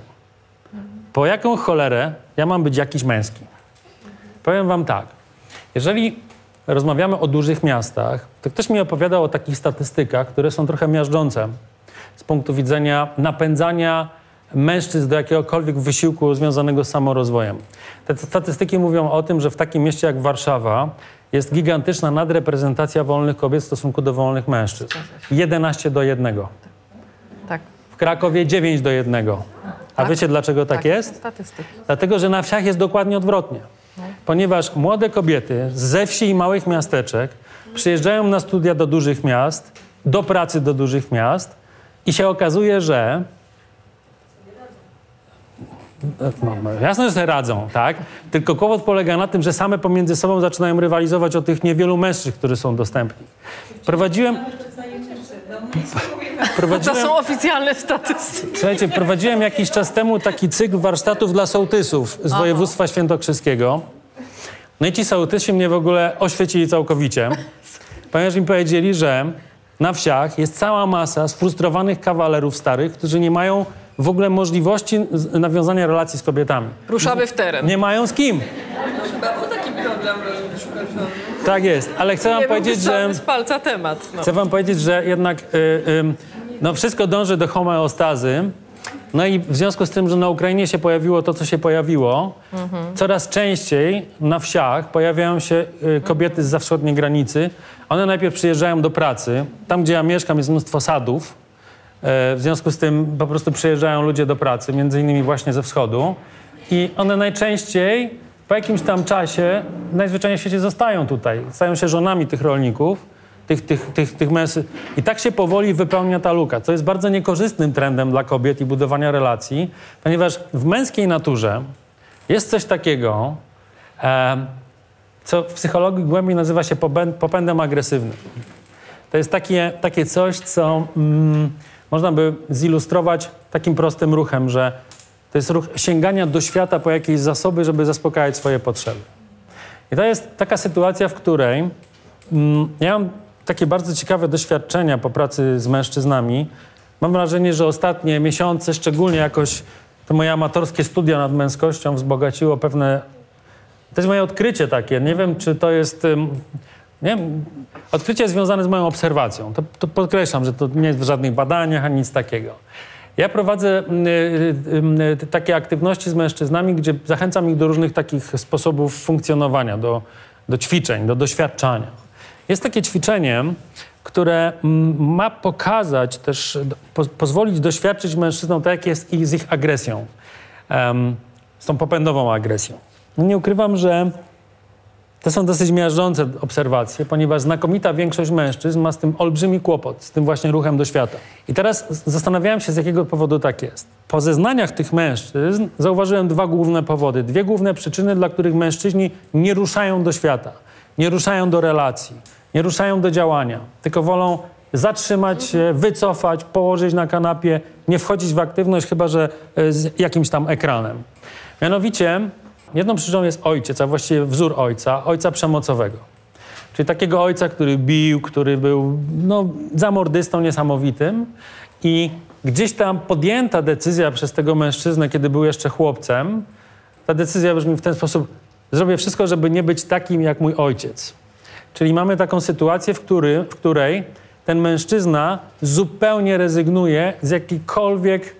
Po jaką cholerę ja mam być jakiś męski? Powiem wam tak, jeżeli rozmawiamy o dużych miastach, to ktoś mi opowiadał o takich statystykach, które są trochę miażdżące z punktu widzenia napędzania mężczyzn do jakiegokolwiek wysiłku związanego z samorozwojem. Te statystyki mówią o tym, że w takim mieście jak Warszawa jest gigantyczna nadreprezentacja wolnych kobiet w stosunku do wolnych mężczyzn. jedenaście do jednego. Tak. W Krakowie dziewięć do jednego. A Tak? wiecie, dlaczego tak, Tak, jest? statystyki. Dlatego, że na wsiach jest dokładnie odwrotnie. Ponieważ młode kobiety ze wsi i małych miasteczek przyjeżdżają na studia do dużych miast, do pracy do dużych miast i się okazuje, że no, no, jasne, że sobie radzą, tak? Tylko kłopot polega na tym, że same pomiędzy sobą zaczynają rywalizować o tych niewielu mężczyzn, którzy są dostępni. Prowadziłem... To Prowadziłem... są oficjalne statystyki. Słuchajcie, prowadziłem jakiś czas temu taki cykl warsztatów dla sołtysów z województwa świętokrzyskiego. No i ci sołtysi mnie w ogóle oświecili całkowicie, ponieważ mi powiedzieli, że na wsiach jest cała masa sfrustrowanych kawalerów starych, którzy nie mają w ogóle możliwości z- nawiązania relacji z kobietami. Ruszamy w teren. Nie mają z kim. Chyba był taki problem, żeby szukać żony. Tak jest, ale chcę wam Nie był powiedzieć, że... wyssany z palca temat. No. Chcę wam powiedzieć, że jednak y, y, no wszystko dąży do homeostazy. No i w związku z tym, że na Ukrainie się pojawiło to, co się pojawiło, coraz częściej na wsiach pojawiają się y, kobiety zza wschodniej granicy. One najpierw przyjeżdżają do pracy. Tam, gdzie ja mieszkam, jest mnóstwo sadów. Y, w związku z tym po prostu przyjeżdżają ludzie do pracy, między innymi właśnie ze wschodu. I one najczęściej po jakimś tam czasie najzwyczajniej w świecie zostają tutaj. Stają się żonami tych rolników, tych, tych, tych, tych mężczyzn. I tak się powoli wypełnia ta luka, co jest bardzo niekorzystnym trendem dla kobiet i budowania relacji, ponieważ w męskiej naturze jest coś takiego, e, co w psychologii głębiej nazywa się popę- popędem agresywnym. To jest takie, takie coś, co mm, można by zilustrować takim prostym ruchem, że to jest ruch sięgania do świata po jakieś zasoby, żeby zaspokajać swoje potrzeby. I to jest taka sytuacja, w której mm, ja mam takie bardzo ciekawe doświadczenia po pracy z mężczyznami. Mam wrażenie, że ostatnie miesiące, szczególnie jakoś te moje amatorskie studia nad męskością wzbogaciło pewne... To jest moje odkrycie takie. Nie wiem, czy to jest... ym, Nie wiem, odkrycie związane z moją obserwacją. To, to podkreślam, że to nie jest w żadnych badaniach ani nic takiego. Ja prowadzę y, y, y, takie aktywności z mężczyznami, gdzie zachęcam ich do różnych takich sposobów funkcjonowania, do, do ćwiczeń, do doświadczania. Jest takie ćwiczenie, które mm, ma pokazać też, po, pozwolić doświadczyć mężczyznom tak, jak jest ich, z ich agresją, um, z tą popędową agresją. Nie ukrywam, że To są dosyć miażdżące obserwacje, ponieważ znakomita większość mężczyzn ma z tym olbrzymi kłopot, z tym właśnie ruchem do świata. I teraz zastanawiałem się, z jakiego powodu tak jest. Po zeznaniach tych mężczyzn zauważyłem dwa główne powody, dwie główne przyczyny, dla których mężczyźni nie ruszają do świata, nie ruszają do relacji, nie ruszają do działania, tylko wolą zatrzymać się, wycofać, położyć na kanapie, nie wchodzić w aktywność, chyba że z jakimś tam ekranem. Mianowicie jedną przyczyną jest ojciec, a właściwie wzór ojca, ojca przemocowego. Czyli takiego ojca, który bił, który był no, zamordystą niesamowitym i gdzieś tam podjęta decyzja przez tego mężczyznę, kiedy był jeszcze chłopcem, ta decyzja brzmi w ten sposób: zrobię wszystko, żeby nie być takim jak mój ojciec. Czyli mamy taką sytuację, w, który, w której ten mężczyzna zupełnie rezygnuje z jakiejkolwiek,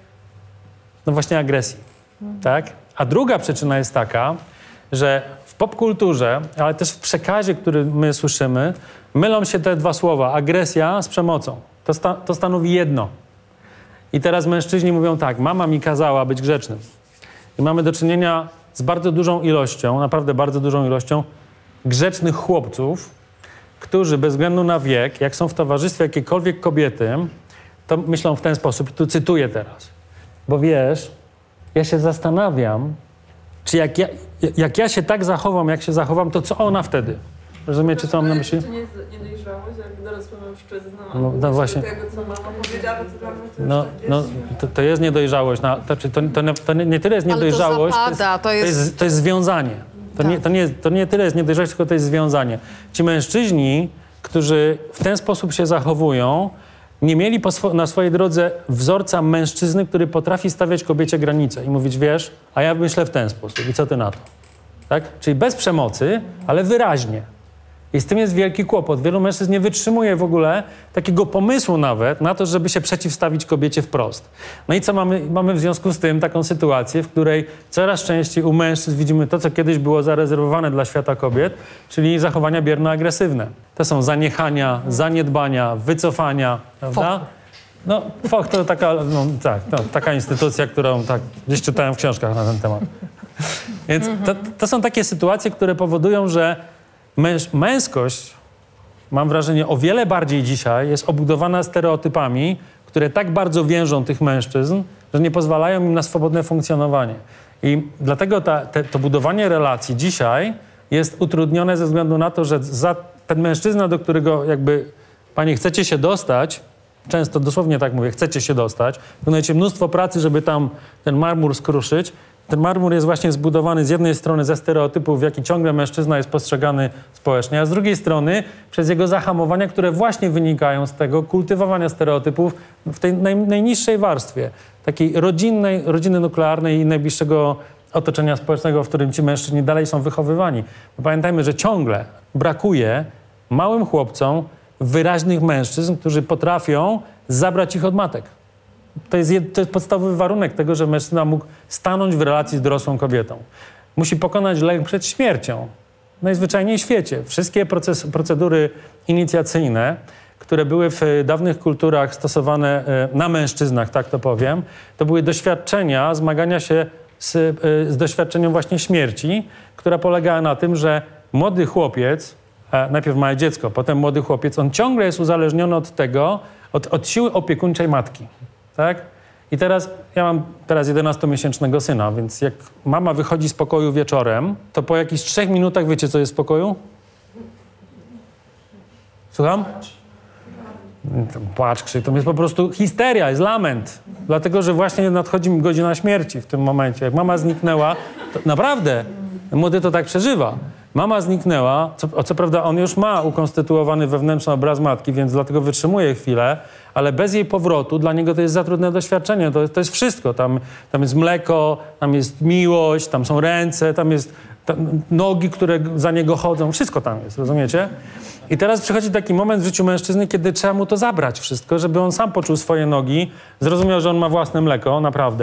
no właśnie, agresji. Tak? A druga przyczyna jest taka, że w popkulturze, ale też w przekazie, który my słyszymy, mylą się te dwa słowa, agresja z przemocą. To, sta- to stanowi jedno. I teraz mężczyźni mówią tak: mama mi kazała być grzecznym. I mamy do czynienia z bardzo dużą ilością, naprawdę bardzo dużą ilością grzecznych chłopców, którzy bez względu na wiek, jak są w towarzystwie jakiejkolwiek kobiety, to myślą w ten sposób, i tu cytuję teraz: bo wiesz, ja się zastanawiam, czy jak ja, jak ja się tak zachowam, jak się zachowam, to co ona wtedy? Rozumiecie, co mam na myśli? Czy nie jest niedojrzałość, jak dorosły mężczyzna No, no właśnie. tego, co mama powiedziała, to dla mnie to No, już tak no jest. to, to jest niedojrzałość. No, to, to, to, to nie, nie tyle jest niedojrzałość, Ale to zapada, to, jest, to, jest, to jest związanie. To, Tak. nie, to, nie, to nie tyle jest niedojrzałość, tylko to jest związanie. Ci mężczyźni, którzy w ten sposób się zachowują, nie mieli po swo- na swojej drodze wzorca mężczyzny, który potrafi stawiać kobiecie granice i mówić: wiesz, a ja myślę w ten sposób i co ty na to? Tak? Czyli bez przemocy, ale wyraźnie. I z tym jest wielki kłopot. Wielu mężczyzn nie wytrzymuje w ogóle takiego pomysłu nawet na to, żeby się przeciwstawić kobiecie wprost. No i co mamy? Mamy w związku z tym taką sytuację, w której coraz częściej u mężczyzn widzimy to, co kiedyś było zarezerwowane dla świata kobiet, czyli zachowania bierno-agresywne. To są zaniechania, zaniedbania, wycofania, prawda? No, F O K to taka, no, tak, no, taka instytucja, którą tak gdzieś czytałem w książkach na ten temat. Więc to, to są takie sytuacje, które powodują, że Męż, męskość, mam wrażenie, o wiele bardziej dzisiaj jest obudowana stereotypami, które tak bardzo więżą tych mężczyzn, że nie pozwalają im na swobodne funkcjonowanie. I dlatego ta, te, to budowanie relacji dzisiaj jest utrudnione ze względu na to, że za ten mężczyzna, do którego jakby panie chcecie się dostać, często dosłownie tak mówię, chcecie się dostać, wykonujecie mnóstwo pracy, żeby tam ten marmur skruszyć. Ten marmur jest właśnie zbudowany z jednej strony ze stereotypów, w jaki ciągle mężczyzna jest postrzegany społecznie, a z drugiej strony przez jego zahamowania, które właśnie wynikają z tego kultywowania stereotypów w tej naj, najniższej warstwie, takiej rodzinnej, rodziny nuklearnej i najbliższego otoczenia społecznego, w którym ci mężczyźni dalej są wychowywani. Bo pamiętajmy, że ciągle brakuje małym chłopcom wyraźnych mężczyzn, którzy potrafią zabrać ich od matek. To jest, jed, to jest podstawowy warunek tego, że mężczyzna mógł stanąć w relacji z dorosłą kobietą. Musi pokonać lęk przed śmiercią. Najzwyczajniej w świecie. Wszystkie proces, procedury inicjacyjne, które były w dawnych kulturach stosowane na mężczyznach, tak to powiem, to były doświadczenia zmagania się z, z doświadczeniem właśnie śmierci, która polegała na tym, że młody chłopiec, najpierw małe dziecko, potem młody chłopiec, on ciągle jest uzależniony od tego, od, od siły opiekuńczej matki. Tak? I teraz, ja mam teraz jedenastomiesięcznego syna, więc jak mama wychodzi z pokoju wieczorem, to po jakichś trzech minutach wiecie, co jest w pokoju? Słucham? Płacz, krzyk, to jest po prostu histeria, jest lament. Dlatego, że właśnie nadchodzi mi godzina śmierci w tym momencie. Jak mama zniknęła, to naprawdę, młody to tak przeżywa. Mama zniknęła, co, co prawda on już ma ukonstytuowany wewnętrzny obraz matki, więc dlatego wytrzymuje chwilę, ale bez jej powrotu dla niego to jest za trudne doświadczenie. To, to jest wszystko. Tam, tam jest mleko, tam jest miłość, tam są ręce, tam jest tam nogi, które za niego chodzą. Wszystko tam jest, rozumiecie? I teraz przychodzi taki moment w życiu mężczyzny, kiedy trzeba mu to zabrać wszystko, żeby on sam poczuł swoje nogi, zrozumiał, że on ma własne mleko, naprawdę,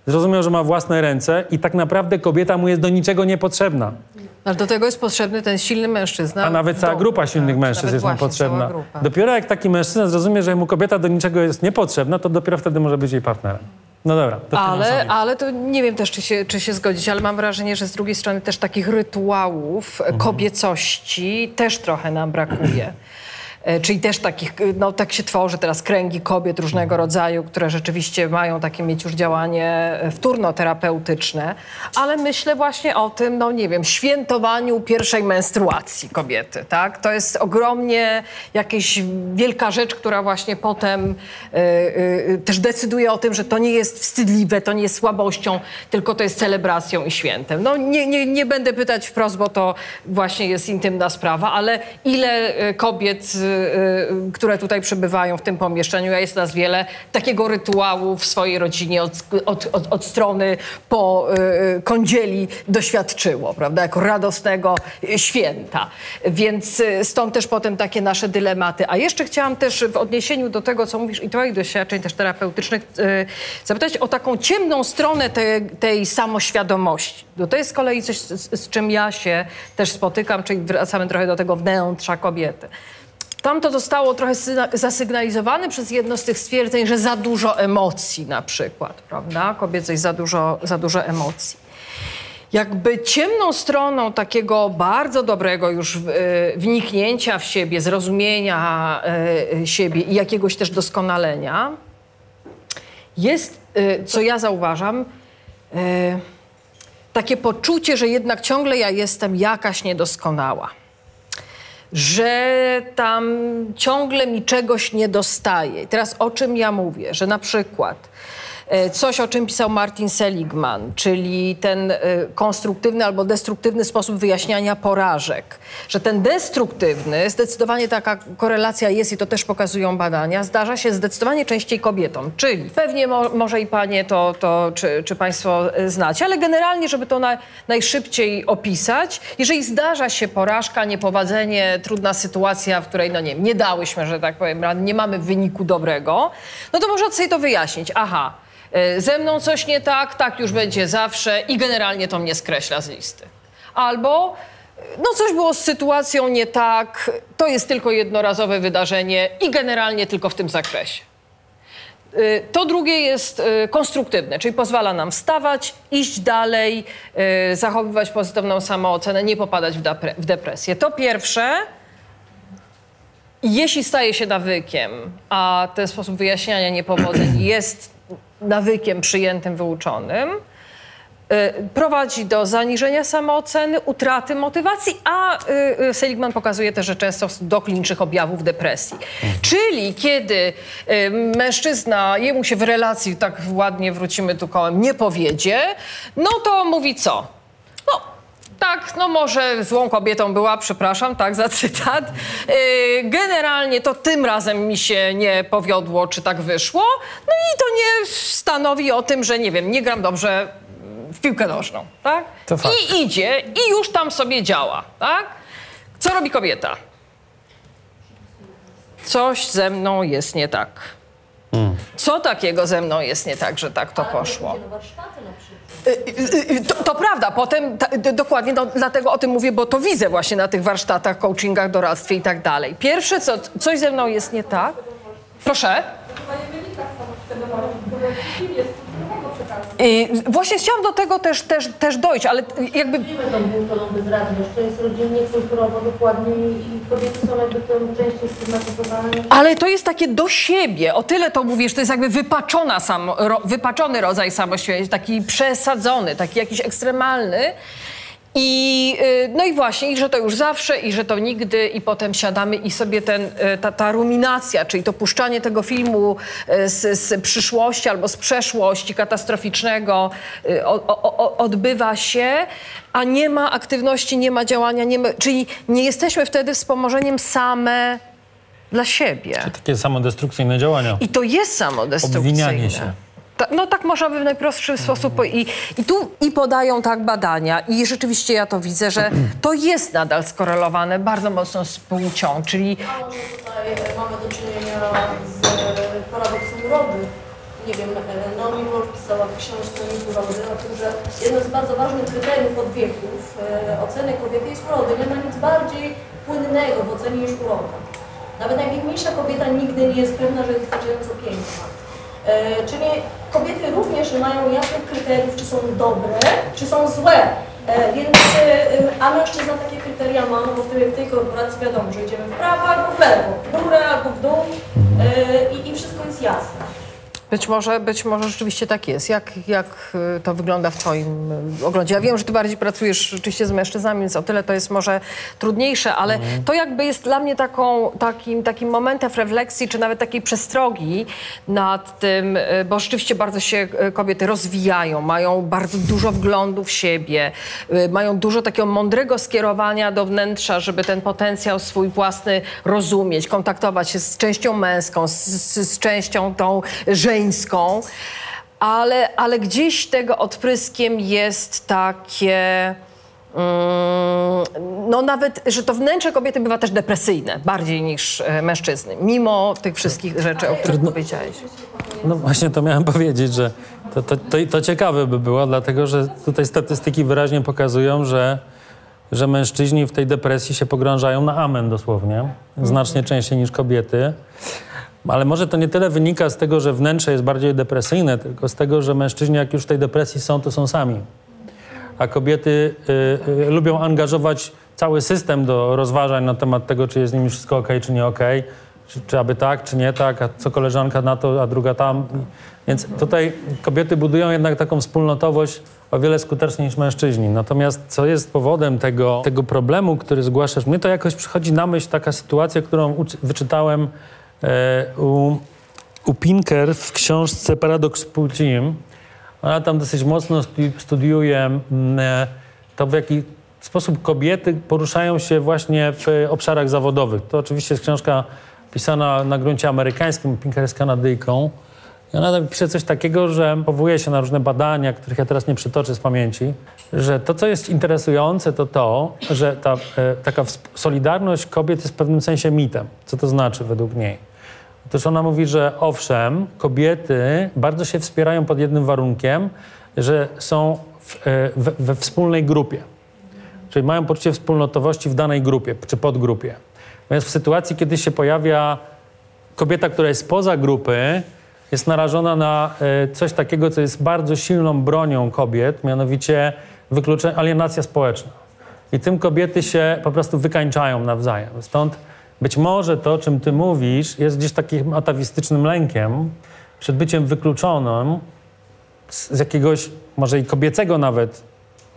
zrozumiał, że ma własne ręce i tak naprawdę kobieta mu jest do niczego niepotrzebna. Ale do tego jest potrzebny ten silny mężczyzna. A nawet cała domu, grupa silnych tak, mężczyzn nawet jest mu właśnie potrzebna. cała grupa. Dopiero jak taki mężczyzna zrozumie, że mu kobieta do niczego jest niepotrzebna, to dopiero wtedy może być jej partnerem. No dobra. To Ale, ale to nie wiem też, czy się, czy się zgodzić, ale mam wrażenie, że z drugiej strony też takich rytuałów Mhm. kobiecości też trochę nam brakuje. E, Czyli też takich, no tak się tworzy teraz kręgi kobiet różnego rodzaju, które rzeczywiście mają takie mieć już działanie wtórno-terapeutyczne, ale myślę właśnie o tym, no nie wiem, świętowaniu pierwszej menstruacji kobiety, tak? To jest ogromnie jakaś wielka rzecz, która właśnie potem e, e, też decyduje o tym, że to nie jest wstydliwe, to nie jest słabością, tylko to jest celebracją i świętem. No nie, nie, nie będę pytać wprost, bo to właśnie jest intymna sprawa, ale ile e, kobiet e, y, które tutaj przebywają w tym pomieszczeniu, a jest nas wiele, takiego rytuału w swojej rodzinie od, od, od, od strony po y, kądzieli doświadczyło, prawda, jako radosnego święta. Więc y, stąd też potem takie nasze dylematy. A jeszcze chciałam też w odniesieniu do tego, co mówisz i twoich doświadczeń też terapeutycznych, y, zapytać o taką ciemną stronę te, tej samoświadomości. Bo to jest z kolei coś, z, z czym ja się też spotykam, czyli wracamy trochę do tego wnętrza kobiety. Tam to zostało trochę zasygnalizowane przez jedno z tych stwierdzeń, że za dużo emocji na przykład, prawda? Kobiecość za dużo, za dużo emocji. Jakby ciemną stroną takiego bardzo dobrego już wniknięcia w siebie, zrozumienia siebie i jakiegoś też doskonalenia jest, co ja zauważam, takie poczucie, że jednak ciągle ja jestem jakaś niedoskonała. Że tam ciągle mi czegoś nie dostaje. I teraz o czym ja mówię? Że na przykład coś, o czym pisał Martin Seligman, czyli ten konstruktywny albo destruktywny sposób wyjaśniania porażek. Że ten destruktywny, zdecydowanie taka korelacja jest i to też pokazują badania, zdarza się zdecydowanie częściej kobietom. Czyli pewnie mo, może i panie to, to czy, czy państwo znacie, ale generalnie, żeby to na, najszybciej opisać, jeżeli zdarza się porażka, niepowodzenie, trudna sytuacja, w której no nie, nie dałyśmy, że tak powiem, nie mamy wyniku dobrego, no to można sobie to wyjaśnić. Aha, ze mną coś nie tak, tak już będzie zawsze i generalnie to mnie skreśla z listy. Albo no coś było z sytuacją nie tak, to jest tylko jednorazowe wydarzenie i generalnie tylko w tym zakresie. To drugie jest konstruktywne, czyli pozwala nam wstawać, iść dalej, zachowywać pozytywną samoocenę, nie popadać w, depre- w depresję. To pierwsze. Jeśli staje się nawykiem, a ten sposób wyjaśniania niepowodzeń jest nawykiem przyjętym, wyuczonym, prowadzi do zaniżenia samooceny, utraty motywacji, a y, Seligman pokazuje też, że często do klinicznych objawów depresji. Mhm. Czyli kiedy y, mężczyzna, jemu się w relacji, tak ładnie wrócimy tu kołem, nie powiedzie, no to mówi co? No, tak, no może złą kobietą była, przepraszam, tak, za cytat. Yy, generalnie to tym razem mi się nie powiodło, czy tak wyszło. No i to nie stanowi o tym, że nie wiem, nie gram dobrze w piłkę nożną, tak? To fakt. I idzie i już tam sobie działa, tak? Co robi kobieta? Coś ze mną jest nie tak. Hmm. Co takiego ze mną jest nie tak, że tak to poszło? To, to prawda, potem ta, d- dokładnie, no, dlatego o tym mówię, bo to widzę właśnie na tych warsztatach, coachingach, doradztwie i tak dalej. Pierwsze, co, coś ze mną jest nie tak. Proszę? I właśnie chciałam do tego też, też, też dojść, ale jakby... Widzimy tą włączoną bezradność, to jest rodzinnie, kulturowo dokładnie i kobiety są jakby tą częściej stygmatyzowane. Ale to jest takie do siebie, o tyle to mówisz, to jest jakby wypaczona sam, ro, wypaczony rodzaj samoświadomości, taki przesadzony, taki jakiś ekstremalny. I no i właśnie, i że to już zawsze, i że to nigdy, i potem siadamy i sobie ten, ta, ta ruminacja, czyli to puszczanie tego filmu z, z przyszłości albo z przeszłości katastroficznego o, o, odbywa się, a nie ma aktywności, nie ma działania, nie ma, czyli nie jesteśmy wtedy wspomożeniem same dla siebie. Czyli takie samodestrukcyjne działania. I to jest samodestrukcyjne. Obwinianie się. Ta, no tak można by w najprostszy sposób... Po, i, I tu i podają tak badania i rzeczywiście ja to widzę, że to jest nadal skorelowane bardzo mocno z płcią, czyli... A może tutaj mamy do czynienia z paradoksem urody, nie wiem, Naomi Wolf pisała w książce Mitu Wałdy o tym, że jedno z bardzo ważnych kryteriów od wieków e, oceny kobiety jest uroda. Nie ma nic bardziej płynnego w ocenie niż uroda. Nawet najpiękniejsza kobieta nigdy nie jest pewna, że jest wystarczająco piękna. E, czyli kobiety również mają jasnych kryteriów, czy są dobre, czy są złe. E, więc, e, a mężczyzna takie kryteria ma, no bo w tej, w tej korporacji wiadomo, że idziemy w prawo albo w lewo, w górę albo w dół e, i, i wszystko jest jasne. Być może, być może rzeczywiście tak jest. Jak, jak y, to wygląda w twoim y, oglądzie? Ja wiem, że ty bardziej pracujesz rzeczywiście z mężczyznami, więc o tyle to jest może trudniejsze, ale Mhm. to jakby jest dla mnie taką, takim, takim momentem refleksji, czy nawet takiej przestrogi nad tym, y, bo rzeczywiście bardzo się y, kobiety rozwijają, mają bardzo dużo wglądu w siebie, y, mają dużo takiego mądrego skierowania do wnętrza, żeby ten potencjał swój własny rozumieć, kontaktować się z częścią męską, z, z, z częścią tą żeńską. Ale, ale gdzieś tego odpryskiem jest takie, mm, no nawet, że to wnętrze kobiety bywa też depresyjne, bardziej niż e, mężczyzny, mimo tych wszystkich rzeczy, o których powiedziałeś. No właśnie to miałem powiedzieć, że to, to, to, to ciekawe by było, dlatego że tutaj statystyki wyraźnie pokazują, że, że mężczyźni w tej depresji się pogrążają na amen dosłownie, znacznie częściej niż kobiety. Ale może to nie tyle wynika z tego, że wnętrze jest bardziej depresyjne, tylko z tego, że mężczyźni jak już w tej depresji są, to są sami. A kobiety y, y, lubią angażować cały system do rozważań na temat tego, czy jest z nimi wszystko okej, czy nie okej, czy, czy aby tak, czy nie tak, a co koleżanka na to, a druga tam. Więc tutaj kobiety budują jednak taką wspólnotowość o wiele skuteczniej niż mężczyźni. Natomiast co jest powodem tego, tego problemu, który zgłaszasz, mnie to jakoś przychodzi na myśl taka sytuacja, którą uczy, wyczytałem U, u Pinker w książce Paradoks płci. Ona tam dosyć mocno studiuje to, w jaki sposób kobiety poruszają się właśnie w obszarach zawodowych. To oczywiście jest książka pisana na gruncie amerykańskim, Pinker jest Kanadyjką. I ona tam pisze coś takiego, że powołuje się na różne badania, których ja teraz nie przytoczę z pamięci, że to, co jest interesujące, to to, że ta e, taka solidarność kobiet jest w pewnym sensie mitem. Co to znaczy według niej? Otóż ona mówi, że owszem, kobiety bardzo się wspierają pod jednym warunkiem, że są w, we, we wspólnej grupie. Czyli mają poczucie wspólnotowości w danej grupie czy podgrupie. Natomiast w sytuacji, kiedy się pojawia kobieta, która jest poza grupy, jest narażona na coś takiego, co jest bardzo silną bronią kobiet, mianowicie wykluczenie, alienacja społeczna. I tym kobiety się po prostu wykańczają nawzajem. Stąd być może to, o czym ty mówisz, jest gdzieś takim atawistycznym lękiem przed byciem wykluczonym z, z jakiegoś, może i kobiecego nawet,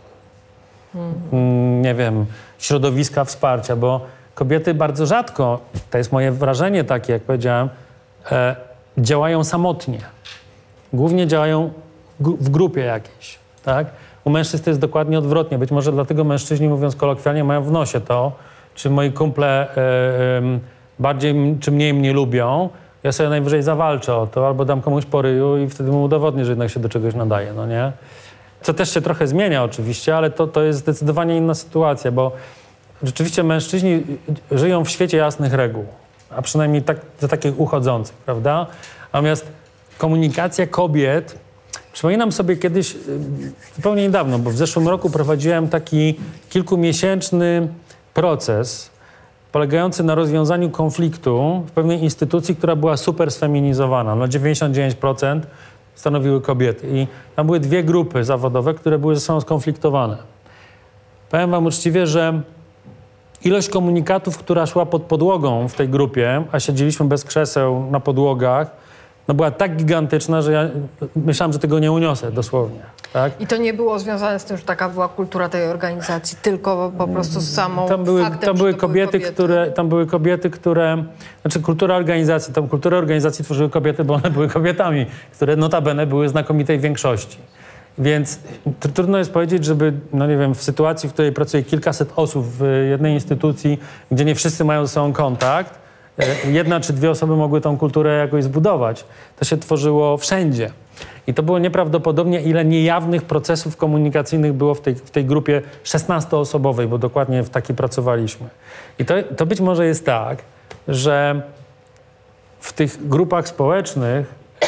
mm, nie wiem, środowiska wsparcia, bo kobiety bardzo rzadko, to jest moje wrażenie takie, jak powiedziałem, e, działają samotnie. Głównie działają w grupie jakiejś, tak? U mężczyzn to jest dokładnie odwrotnie. Być może dlatego mężczyźni, mówiąc kolokwialnie, mają w nosie to, czy moi kumple y, y, bardziej czy mniej mnie lubią, ja sobie najwyżej zawalczę o to, albo dam komuś po ryju i wtedy mu udowodnię, że jednak się do czegoś nadaje, no nie? Co też się trochę zmienia oczywiście, ale to, to jest zdecydowanie inna sytuacja, bo rzeczywiście mężczyźni żyją w świecie jasnych reguł, a przynajmniej tak, za takich uchodzących, prawda? Natomiast komunikacja kobiet, przypominam sobie kiedyś, zupełnie niedawno, bo w zeszłym roku prowadziłem taki kilkumiesięczny proces polegający na rozwiązaniu konfliktu w pewnej instytucji, która była super sfeminizowana. No dziewięćdziesiąt dziewięć procent stanowiły kobiety i tam były dwie grupy zawodowe, które były ze sobą skonfliktowane. Powiem wam uczciwie, że ilość komunikatów, która szła pod podłogą w tej grupie, a siedzieliśmy bez krzeseł na podłogach, no była tak gigantyczna, że ja myślałem, że tego nie uniosę dosłownie. Tak? I to nie było związane z tym, że taka była kultura tej organizacji, tylko po prostu z samą tam były, faktem, tam były że to kobiety, były kobiety. które, tam były kobiety, które, znaczy kultura organizacji, tam kulturę organizacji tworzyły kobiety, bo one były kobietami, które notabene były znakomitej większości. Więc tr- trudno jest powiedzieć, żeby, no nie wiem, w sytuacji, w której pracuje kilkaset osób w jednej instytucji, gdzie nie wszyscy mają ze sobą kontakt, jedna czy dwie osoby mogły tą kulturę jakoś zbudować. To się tworzyło wszędzie. I to było nieprawdopodobnie, ile niejawnych procesów komunikacyjnych było w tej, w tej grupie szesnastoosobowej, bo dokładnie w takiej pracowaliśmy. I to, to być może jest tak, że w tych grupach społecznych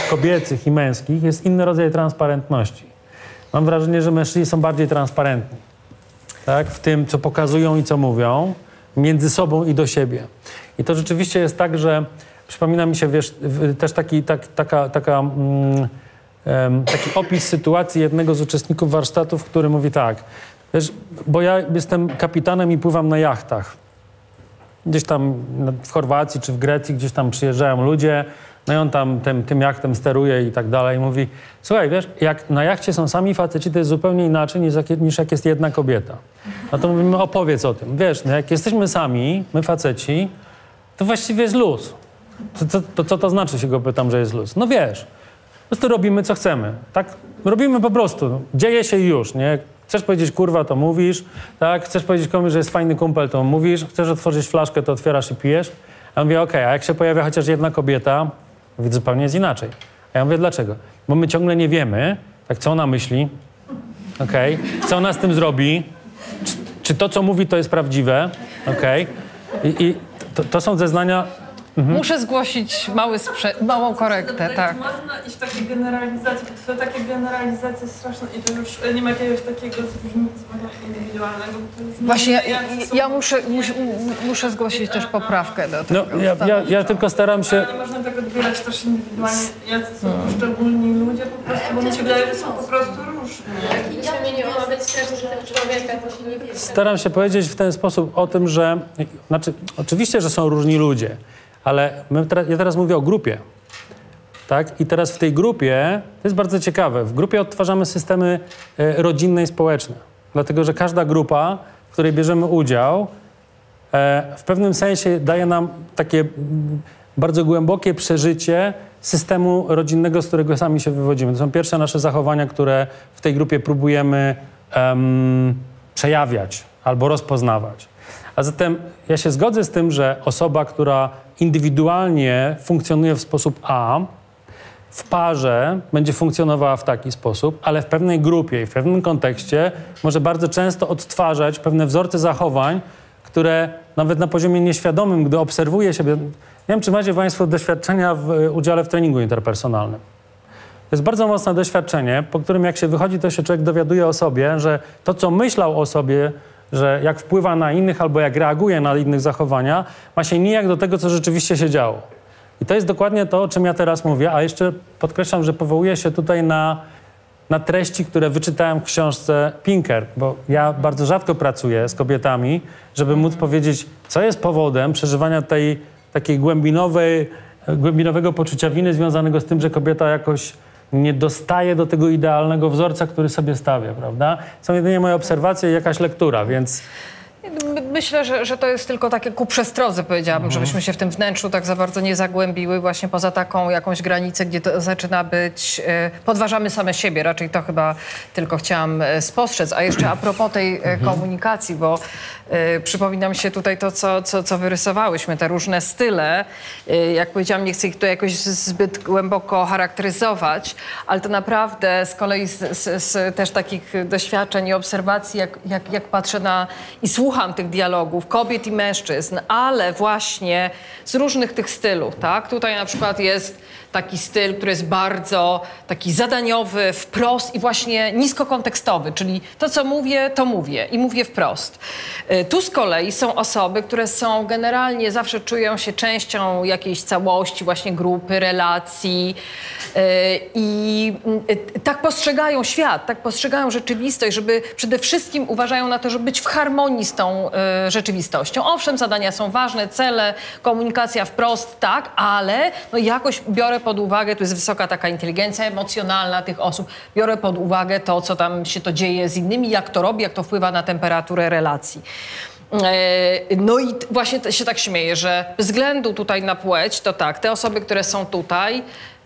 kobiecych i męskich jest inny rodzaj transparentności. Mam wrażenie, że mężczyźni są bardziej transparentni, tak? W tym, co pokazują i co mówią, między sobą i do siebie. I to rzeczywiście jest tak, że przypomina mi się, wiesz, też taki, tak, taka, taka, mm, um, taki opis sytuacji jednego z uczestników warsztatów, który mówi tak, wiesz, bo ja jestem kapitanem i pływam na jachtach. Gdzieś tam w Chorwacji czy w Grecji, gdzieś tam przyjeżdżają ludzie, no i on tam tym, tym jachtem steruje i tak dalej. I mówi, słuchaj, wiesz, jak na jachcie są sami faceci, to jest zupełnie inaczej niż jak, niż jak jest jedna kobieta. No to mówimy, opowiedz o tym. Wiesz, no jak jesteśmy sami, my faceci, to właściwie jest luz. To, to, to co to znaczy, się go pytam, że jest luz? No wiesz, po prostu robimy, co chcemy. Tak? Robimy po prostu. Dzieje się już, nie? Chcesz powiedzieć kurwa, to mówisz, tak? Chcesz powiedzieć komuś, że jest fajny kumpel, to mówisz. Chcesz otworzyć flaszkę, to otwierasz i pijesz. A ja mówię, okej, okay, a jak się pojawia chociaż jedna kobieta, mówię, zupełnie jest inaczej. A ja mówię, dlaczego? Bo my ciągle nie wiemy, tak, co ona myśli, okej, okay? Co ona z tym zrobi, czy, czy to, co mówi, to jest prawdziwe, okej. Okay? I, i to, to są zeznania... Mhm. Muszę zgłosić mały sprze- małą korektę, tak. Można iść w takie generalizacje, bo to takie generalizacje straszne i to już nie ma jakiegoś takiego zróżnicowania indywidualnego. To już Właśnie ja, ja, ja muszę, mus, muszę zgłosić też poprawkę do tego. No, ja, ja, ja tylko staram się... Ale nie można tego odbierać też indywidualnie, jacy są hmm. poszczególni ludzie po prostu, bo mi się wydaje, że są po prostu różni. Myśmy mieli omawiać każdego człowieka, to się nie wie. Staram się powiedzieć w ten sposób o tym, że... Znaczy, oczywiście, że są różni ludzie, ale my teraz, ja teraz mówię o grupie, tak? I teraz w tej grupie, to jest bardzo ciekawe, w grupie odtwarzamy systemy e, rodzinne i społeczne. Dlatego, że każda grupa, w której bierzemy udział, e, w pewnym sensie daje nam takie m, bardzo głębokie przeżycie systemu rodzinnego, z którego sami się wywodzimy. To są pierwsze nasze zachowania, które w tej grupie próbujemy em, przejawiać albo rozpoznawać. A zatem ja się zgodzę z tym, że osoba, która indywidualnie funkcjonuje w sposób A, w parze będzie funkcjonowała w taki sposób, ale w pewnej grupie i w pewnym kontekście może bardzo często odtwarzać pewne wzorce zachowań, które nawet na poziomie nieświadomym, gdy obserwuje siebie... Nie wiem, czy macie Państwo doświadczenia w udziale w treningu interpersonalnym. To jest bardzo mocne doświadczenie, po którym jak się wychodzi, to się człowiek dowiaduje o sobie, że to, co myślał o sobie, że jak wpływa na innych albo jak reaguje na innych zachowania, ma się nijak do tego, co rzeczywiście się działo. I to jest dokładnie to, o czym ja teraz mówię, a jeszcze podkreślam, że powołuję się tutaj na, na treści, które wyczytałem w książce Pinker, bo ja bardzo rzadko pracuję z kobietami, żeby móc powiedzieć, co jest powodem przeżywania tej takiej głębinowej, głębinowego poczucia winy związanego z tym, że kobieta jakoś nie dostaje do tego idealnego wzorca, który sobie stawia, prawda? Są jedynie moje obserwacje i jakaś lektura, więc... Myślę, że, że to jest tylko takie ku przestrodze, powiedziałabym, mhm. żebyśmy się w tym wnętrzu tak za bardzo nie zagłębiły właśnie poza taką jakąś granicę, gdzie to zaczyna być... E, podważamy same siebie, raczej to chyba tylko chciałam e, spostrzec. A jeszcze a propos tej e, komunikacji, bo e, przypomina mi się tutaj to, co, co, co wyrysowałyśmy, te różne style. E, jak powiedziałam, nie chcę ich tu jakoś zbyt głęboko charakteryzować, ale to naprawdę z kolei z, z, z też takich doświadczeń i obserwacji, jak, jak, jak patrzę na i słucham tych dialogów kobiet i mężczyzn, ale właśnie z różnych tych stylów, tak? Tutaj na przykład jest taki styl, który jest bardzo taki zadaniowy, wprost i właśnie niskokontekstowy, czyli to, co mówię, to mówię i mówię wprost. Tu z kolei są osoby, które są generalnie, zawsze czują się częścią jakiejś całości, właśnie grupy, relacji i tak postrzegają świat, tak postrzegają rzeczywistość, żeby przede wszystkim uważają na to, żeby być w harmonii z tą rzeczywistością. Owszem, zadania są ważne, cele, komunikacja wprost, tak, ale no jakoś biorę pod uwagę, tu jest wysoka taka inteligencja emocjonalna tych osób, biorę pod uwagę to, co tam się to dzieje z innymi, jak to robi, jak to wpływa na temperaturę relacji. No i właśnie się tak śmieję, że bez względu tutaj na płeć, to tak, te osoby, które są tutaj,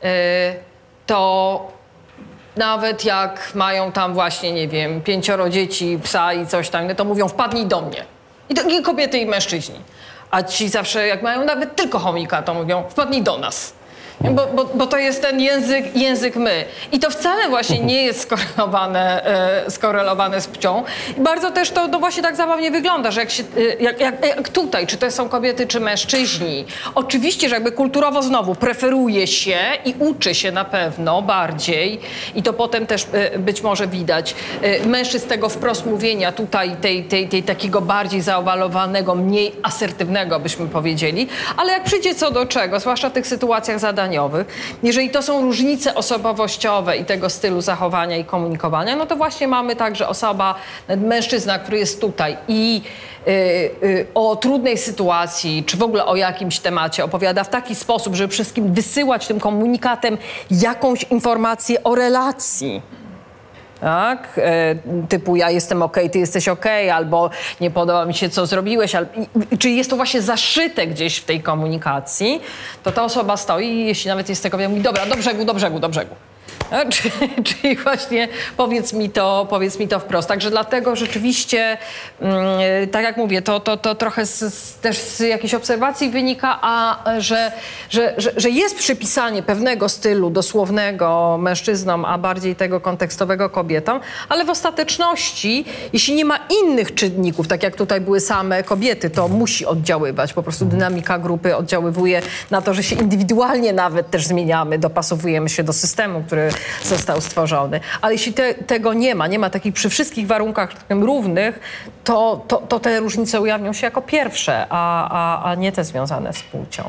to nawet jak mają tam właśnie, nie wiem, pięcioro dzieci, psa i coś tam, to mówią wpadnij do mnie. I, to, i kobiety, i mężczyźni. A ci zawsze, jak mają nawet tylko chomika, to mówią wpadnij do nas. Bo, bo, bo to jest ten język, język my. I to wcale właśnie nie jest skorelowane, e, skorelowane z płcią. I bardzo też to no właśnie tak zabawnie wygląda, że jak, się, e, jak, jak, jak tutaj, czy to są kobiety, czy mężczyźni, oczywiście, że jakby kulturowo znowu preferuje się i uczy się na pewno bardziej i to potem też e, być może widać e, mężczyzn tego wprost mówienia tutaj, tej, tej, tej takiego bardziej zaowalowanego, mniej asertywnego byśmy powiedzieli, ale jak przyjdzie co do czego, zwłaszcza w tych sytuacjach zadaniowych, jeżeli to są różnice osobowościowe i tego stylu zachowania i komunikowania, no to właśnie mamy tak, że osoba, mężczyzna, który jest tutaj i y, y, o trudnej sytuacji, czy w ogóle o jakimś temacie opowiada w taki sposób, żeby wszystkim wysyłać tym komunikatem jakąś informację o relacji. Tak? E, typu ja jestem okej, ty jesteś okej, albo nie podoba mi się, co zrobiłeś. Albo, i, czyli jest to właśnie zaszyte gdzieś w tej komunikacji, to ta osoba stoi i jeśli nawet jest tego, mówi dobra, do brzegu, do brzegu, do brzegu. No, czyli, czyli właśnie powiedz mi to, powiedz mi to wprost. Także dlatego rzeczywiście, mm, tak jak mówię, to, to, to trochę z, z, też z jakiejś obserwacji wynika, a że, że, że, że jest przypisanie pewnego stylu dosłownego mężczyznom, a bardziej tego kontekstowego kobietom, ale w ostateczności, jeśli nie ma innych czynników, tak jak tutaj były same kobiety, to musi oddziaływać. Po prostu dynamika grupy oddziaływuje na to, że się indywidualnie nawet też zmieniamy, dopasowujemy się do systemu, który został stworzony. Ale jeśli te, tego nie ma, nie ma takich przy wszystkich warunkach równych, to, to, to te różnice ujawnią się jako pierwsze, a, a, a nie te związane z płcią.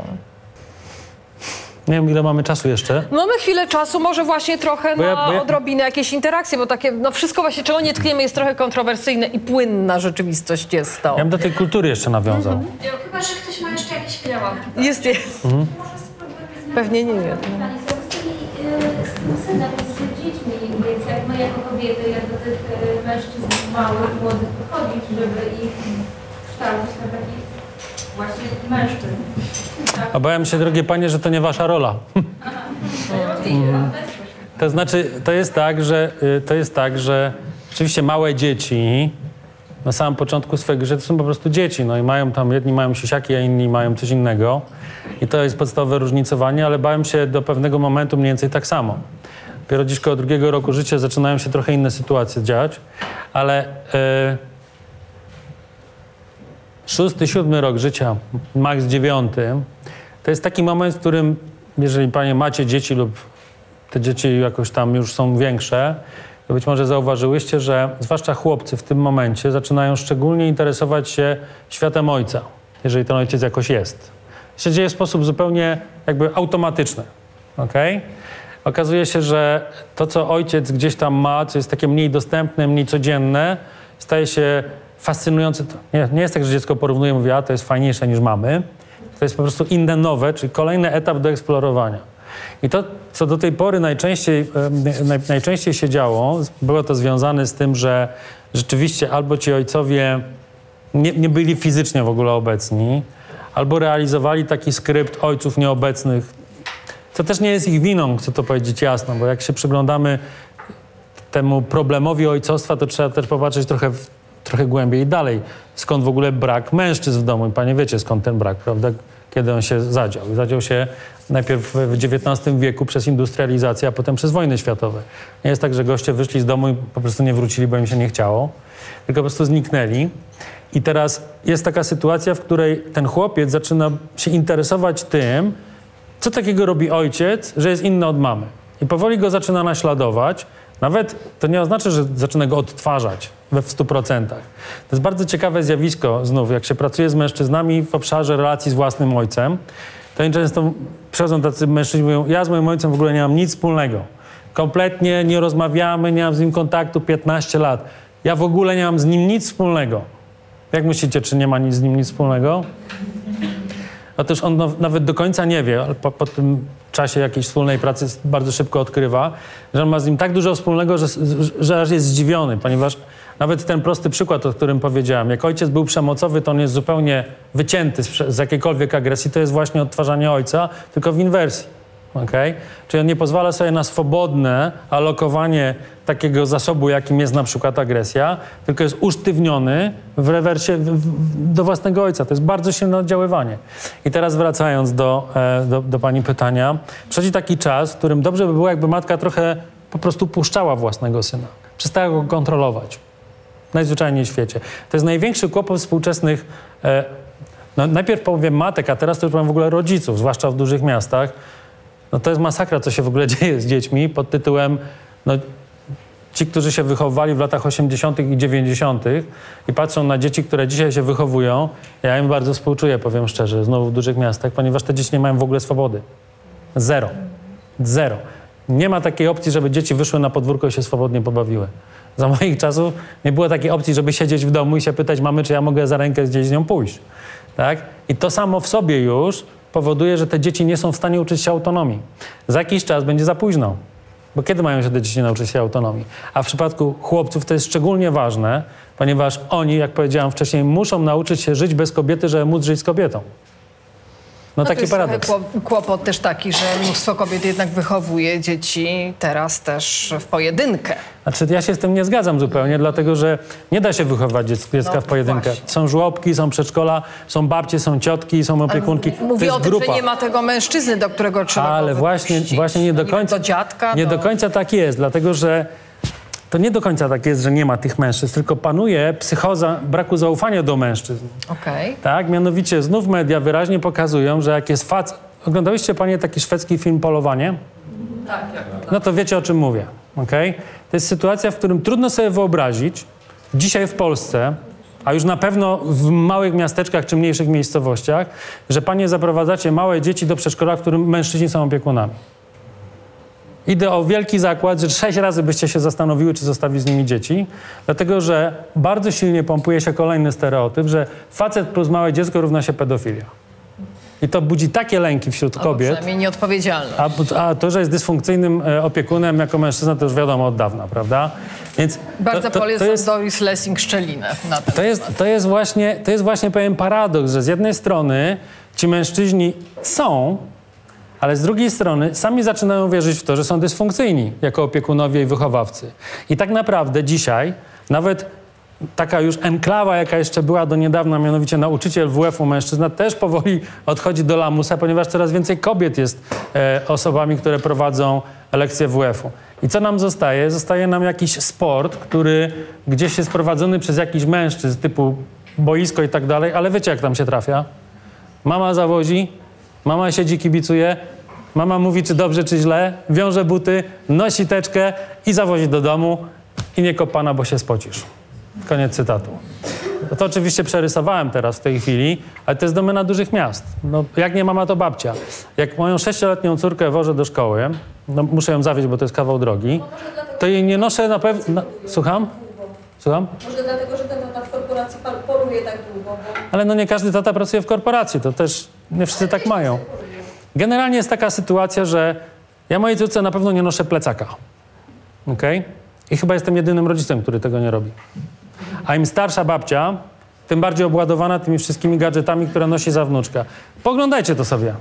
Nie wiem, ile mamy czasu jeszcze. Mamy chwilę czasu, może właśnie trochę Bo ja- na bo ja- odrobinę jakieś interakcje, bo takie, no wszystko właśnie, czego nie tkniemy, jest trochę kontrowersyjne i płynna rzeczywistość jest to. Ja bym do tej kultury jeszcze nawiązał. Chyba, że ktoś ma jeszcze jakieś pytania. Jest, jest. Może spróbujemy Pewnie nie, nie. Pytanie, co z tymi, y, z tym synem, z tymi dziećmi, więc jak my jako kobiety, jak do tych y, mężczyzn małych, młodych podchodzić, żeby ich kształcić na takich właśnie mężczyzn. Obawiam się, drogie panie, że to nie wasza rola. Mm. To znaczy, to jest tak, że y, to jest tak, że oczywiście małe dzieci na samym początku swojego życia to są po prostu dzieci, no i mają tam, jedni mają siusiaki, a inni mają coś innego i to jest podstawowe różnicowanie, ale bałem się do pewnego momentu mniej więcej tak samo. Dopiero gdzieś koło drugiego roku życia zaczynają się trochę inne sytuacje dziać, ale y, szósty, siódmy rok życia, maks dziewiąty, to jest taki moment, w którym, jeżeli panie macie dzieci lub te dzieci jakoś tam już są większe, to być może zauważyłyście, że zwłaszcza chłopcy w tym momencie zaczynają szczególnie interesować się światem ojca, jeżeli ten ojciec jakoś jest. To się dzieje w sposób zupełnie jakby automatyczny, okej? Okazuje się, że to, co ojciec gdzieś tam ma, co jest takie mniej dostępne, mniej codzienne, staje się fascynujące. Nie, nie jest tak, że dziecko porównuje i mówi, a to jest fajniejsze niż mamy. To jest po prostu inne, nowe, czyli kolejny etap do eksplorowania. I to, co do tej pory najczęściej, naj, najczęściej się działo, było to związane z tym, że rzeczywiście albo ci ojcowie nie, nie byli fizycznie w ogóle obecni, albo realizowali taki skrypt ojców nieobecnych, co też nie jest ich winą, chcę to powiedzieć jasno, bo jak się przyglądamy temu problemowi ojcostwa, to trzeba też popatrzeć trochę, w, trochę głębiej i dalej. Skąd w ogóle brak mężczyzn w domu? I panie wiecie, skąd ten brak, prawda? Kiedy on się zadział. Zadział się najpierw w dziewiętnastym wieku przez industrializację, a potem przez wojny światowe. Nie jest tak, że goście wyszli z domu i po prostu nie wrócili, bo im się nie chciało, tylko po prostu zniknęli. I teraz jest taka sytuacja, w której ten chłopiec zaczyna się interesować tym, co takiego robi ojciec, że jest inny od mamy. I powoli go zaczyna naśladować. Nawet to nie oznacza, że zaczyna go odtwarzać we w stu procentach. To jest bardzo ciekawe zjawisko, znów, jak się pracuje z mężczyznami w obszarze relacji z własnym ojcem, to oni często przychodzą tacy mężczyźni i mówią, ja z moim ojcem w ogóle nie mam nic wspólnego. Kompletnie nie rozmawiamy, nie mam z nim kontaktu piętnaście lat. Ja w ogóle nie mam z nim nic wspólnego. Jak myślicie, czy nie ma nic z nim nic wspólnego? Otóż on no, nawet do końca nie wie, ale po, po tym czasie jakiejś wspólnej pracy bardzo szybko odkrywa, że on ma z nim tak dużo wspólnego, że, że aż jest zdziwiony, ponieważ nawet ten prosty przykład, o którym powiedziałem, jak ojciec był przemocowy, to on jest zupełnie wycięty z, z jakiejkolwiek agresji, to jest właśnie odtwarzanie ojca, tylko w inwersji. Okay? Czyli on nie pozwala sobie na swobodne alokowanie takiego zasobu, jakim jest na przykład agresja, tylko jest usztywniony w rewersie w, w, do własnego ojca. To jest bardzo silne oddziaływanie. I teraz wracając do, e, do, do pani pytania, przychodzi taki czas, w którym dobrze by było, jakby matka trochę po prostu puszczała własnego syna. Przestała go kontrolować. Najzwyczajniej w świecie. To jest największy kłopot współczesnych, e, no najpierw powiem matek, a teraz to już powiem w ogóle rodziców, zwłaszcza w dużych miastach. No to jest masakra, co się w ogóle dzieje z dziećmi pod tytułem, no ci, którzy się wychowywali w latach osiemdziesiątych i dziewięćdziesiątych i patrzą na dzieci, które dzisiaj się wychowują, ja im bardzo współczuję, powiem szczerze, znowu w dużych miastach, ponieważ te dzieci nie mają w ogóle swobody. Zero. Zero. Nie ma takiej opcji, żeby dzieci wyszły na podwórko i się swobodnie pobawiły. Za moich czasów nie było takiej opcji, żeby siedzieć w domu i się pytać mamy, czy ja mogę za rękę gdzieś z nią pójść. Tak? I to samo w sobie już powoduje, że te dzieci nie są w stanie uczyć się autonomii. Za jakiś czas będzie za późno. Bo kiedy mają się te dzieci nauczyć się autonomii? A w przypadku chłopców to jest szczególnie ważne, ponieważ oni, jak powiedziałam wcześniej, muszą nauczyć się żyć bez kobiety, żeby móc żyć z kobietą. No, No taki to jest paradoks. trochę kło- kłopot też taki, że mnóstwo kobiet jednak wychowuje dzieci teraz też w pojedynkę. Znaczy, ja się z tym nie zgadzam zupełnie, dlatego że nie da się wychowywać dziecka, dziecka No w pojedynkę. właśnie. Są żłobki, są przedszkola, są babcie, są ciotki, są opiekunki. To Mówię jest o tym, grupa. że nie ma tego mężczyzny, do którego trzeba Ale go właśnie, wypuścić. właśnie nie do No końca, do dziadka, nie do... do końca tak jest, dlatego że to nie do końca tak jest, że nie ma tych mężczyzn, tylko panuje psychoza braku zaufania do mężczyzn. Okej. Tak? Mianowicie znów media wyraźnie pokazują, że jak jest facet... Oglądałyście panie taki szwedzki film Polowanie? Tak, jak to. No to wiecie, o czym mówię. Okay? To jest sytuacja, w którym trudno sobie wyobrazić dzisiaj w Polsce, a już na pewno w małych miasteczkach czy mniejszych miejscowościach, że panie zaprowadzacie małe dzieci do przedszkola, w którym mężczyźni są opiekunami. Idę o wielki zakład, że sześć razy byście się zastanowiły, czy zostawić z nimi dzieci, dlatego że bardzo silnie pompuje się kolejny stereotyp, że facet plus małe dziecko równa się pedofilia. I to budzi takie lęki wśród Albo kobiet. przynajmniej nieodpowiedzialność. A, a to, że jest dysfunkcyjnym e, opiekunem jako mężczyzna, to już wiadomo od dawna, prawda? Więc Bardzo to, to, to polecam jest, Doris Lessing-Szczelinę na ten to jest, to jest właśnie, to jest właśnie pewien paradoks, że z jednej strony ci mężczyźni są, ale z drugiej strony sami zaczynają wierzyć w to, że są dysfunkcyjni jako opiekunowie i wychowawcy. I tak naprawdę dzisiaj nawet taka już enklawa, jaka jeszcze była do niedawna, mianowicie nauczyciel W F-u mężczyzna, też powoli odchodzi do lamusa, ponieważ coraz więcej kobiet jest e, osobami, które prowadzą lekcje W F-u. I co nam zostaje? Zostaje nam jakiś sport, który gdzieś jest prowadzony przez jakiś mężczyzn, typu boisko i tak dalej, ale wiecie, jak tam się trafia? Mama zawozi, mama siedzi, kibicuje, mama mówi, czy dobrze, czy źle, wiąże buty, nosi teczkę i zawozi do domu i nie kop pana, bo się spocisz. Koniec cytatu. No to oczywiście przerysowałem teraz w tej chwili, ale to jest domena dużych miast. No, jak nie mama, to babcia. Jak moją sześcioletnią córkę wożę do szkoły, no muszę ją zawieźć, bo to jest kawał drogi, to jej nie noszę na pewno... Słucham? Słucham? Może dlatego, że ten tata w korporacji par- poruje tak długo, bo... Ale no nie każdy tata pracuje w korporacji, to też nie wszyscy tak mają. Generalnie jest taka sytuacja, że ja mojej córce na pewno nie noszę plecaka. Okej? I chyba jestem jedynym rodzicem, który tego nie robi. A im starsza babcia, tym bardziej obładowana tymi wszystkimi gadżetami, które nosi za wnuczka. Poglądajcie to sobie.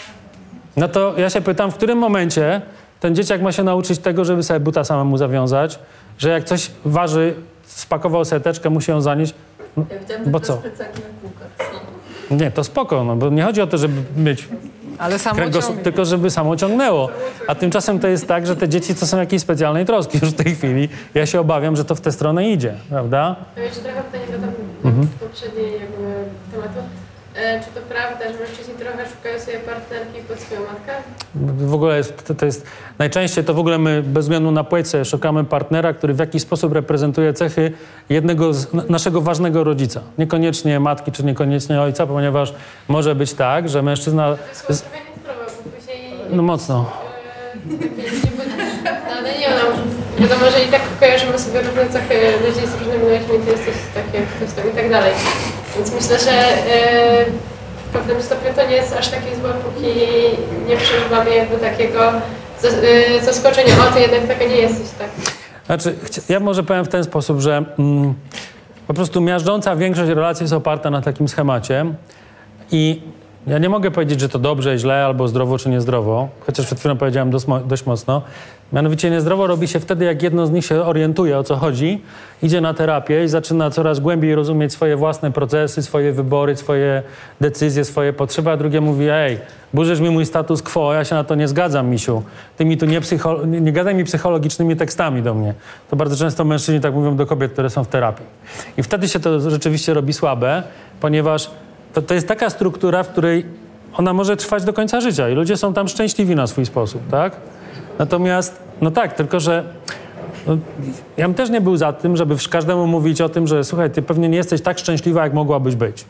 No to ja się pytam, w którym momencie ten dzieciak ma się nauczyć tego, żeby sobie buta samemu zawiązać, że jak coś waży, spakował seteczkę, musi ją zanieść. No, Ja widziałam bo te co? plecaki na kółkach. Nie, to spoko, no bo nie chodzi o to, żeby mieć Ale samo kręgosłup, tylko żeby samo ciągnęło. A tymczasem to jest tak, że te dzieci to są jakiejś specjalnej troski już w tej chwili. Ja się obawiam, że to w tę stronę idzie, prawda? To jeszcze trochę pytanie do Mhm. poprzedniej jakby tematu. E, czy to prawda, że mężczyźni trochę szukają sobie partnerki pod swoją matkę? W ogóle jest, to, to jest, najczęściej to w ogóle my bez względu na płeć sobie szukamy partnera, który w jakiś sposób reprezentuje cechy jednego z n- naszego ważnego rodzica. Niekoniecznie matki, czy niekoniecznie ojca, ponieważ może być tak, że mężczyzna... To jest chyba trochę niezdrowe, bo później... No mocno. e, takie nie bądź- no, ale nie no, wiadomo, że i tak kojarzymy sobie różne cechy ludzi z różnymi ludźmi, ty jesteś taki, ktoś tam i tak dalej. Więc myślę, że e, w pewnym stopniu to nie jest aż takie złe, póki nie przeżywamy jakby takiego zas- e, zaskoczenia. O, ty jednak taka nie jesteś, tak? Znaczy, chcia- ja może powiem w ten sposób, że mm, po prostu miażdżąca większość relacji jest oparta na takim schemacie i Ja nie mogę powiedzieć, że to dobrze, źle, albo zdrowo czy niezdrowo, chociaż przed chwilą powiedziałem dość, dość mocno. Mianowicie niezdrowo robi się wtedy, jak jedno z nich się orientuje, o co chodzi, idzie na terapię i zaczyna coraz głębiej rozumieć swoje własne procesy, swoje wybory, swoje decyzje, swoje potrzeby, a drugie mówi, ej, burzysz mi mój status quo, ja się na to nie zgadzam, misiu. Ty mi tu nie, psycho- nie, nie gadaj mi psychologicznymi tekstami do mnie. To bardzo często mężczyźni tak mówią do kobiet, które są w terapii. I wtedy się to rzeczywiście robi słabe, ponieważ to, to jest taka struktura, w której ona może trwać do końca życia i ludzie są tam szczęśliwi na swój sposób, tak? Natomiast, no tak, tylko że no, ja bym też nie był za tym, żeby każdemu mówić o tym, że słuchaj, ty pewnie nie jesteś tak szczęśliwa, jak mogłabyś być.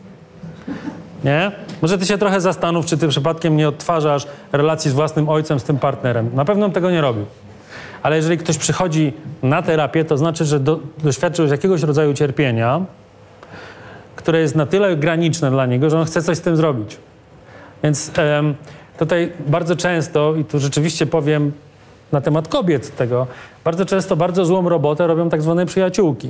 Nie? Może ty się trochę zastanów, czy ty przypadkiem nie odtwarzasz relacji z własnym ojcem, z tym partnerem. Na pewno bym tego nie robił. Ale jeżeli ktoś przychodzi na terapię, to znaczy, że do, doświadczył jakiegoś rodzaju cierpienia, które jest na tyle graniczne dla niego, że on chce coś z tym zrobić. Więc em, tutaj bardzo często, i tu rzeczywiście powiem na temat kobiet tego, bardzo często bardzo złą robotę robią tak zwane przyjaciółki,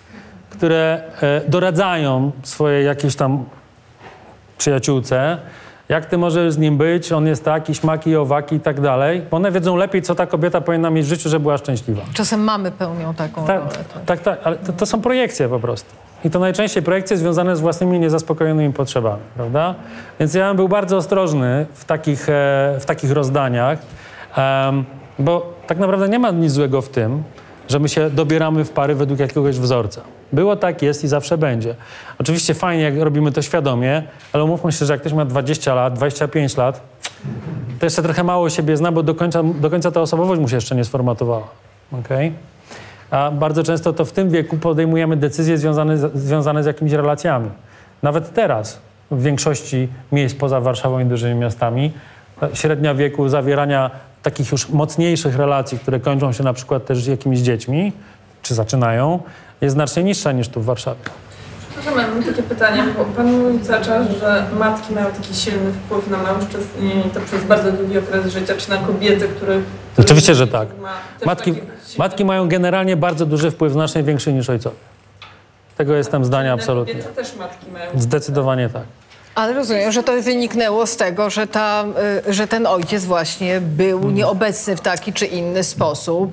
które e, doradzają swojej jakiejś tam przyjaciółce, jak ty możesz z nim być, on jest taki, śmaki, owaki i tak dalej. Bo one wiedzą lepiej, co ta kobieta powinna mieć w życiu, żeby była szczęśliwa. Czasem mamy pełnią taką Ta, rolę. tak, tak, ale to, to są projekcje po prostu. I to najczęściej projekcje związane z własnymi niezaspokojonymi potrzebami, prawda? Więc ja bym był bardzo ostrożny w takich, e, w takich rozdaniach, um, bo tak naprawdę nie ma nic złego w tym, że my się dobieramy w pary według jakiegoś wzorca. Było tak, jest i zawsze będzie. Oczywiście fajnie, jak robimy to świadomie, ale umówmy się, że jak ktoś ma dwadzieścia lat, dwadzieścia pięć lat, to jeszcze trochę mało siebie zna, bo do końca, do końca ta osobowość mu się jeszcze nie sformatowała. Okay? A bardzo często to w tym wieku podejmujemy decyzje związane z, związane z jakimiś relacjami. Nawet teraz w większości miejsc poza Warszawą i dużymi miastami średnia wieku zawierania takich już mocniejszych relacji, które kończą się na przykład też z jakimiś dziećmi, czy zaczynają, jest znacznie niższa niż tu w Warszawie. Przepraszam, mam takie pytanie, bo Pan mówił cały czas, że matki mają taki silny wpływ na mężczyzn i to przez bardzo długi okres życia, czy na kobiety, które... które Oczywiście, że tak. Ma Matki, matki mają generalnie bardzo duży wpływ, znacznie większy niż ojcowie. Tego jestem zdania absolutnie. Kobiety też matki mają. Zdecydowanie tak. Ale rozumiem, że to wyniknęło z tego, że, ta, y, że ten ojciec właśnie był nieobecny w taki czy inny sposób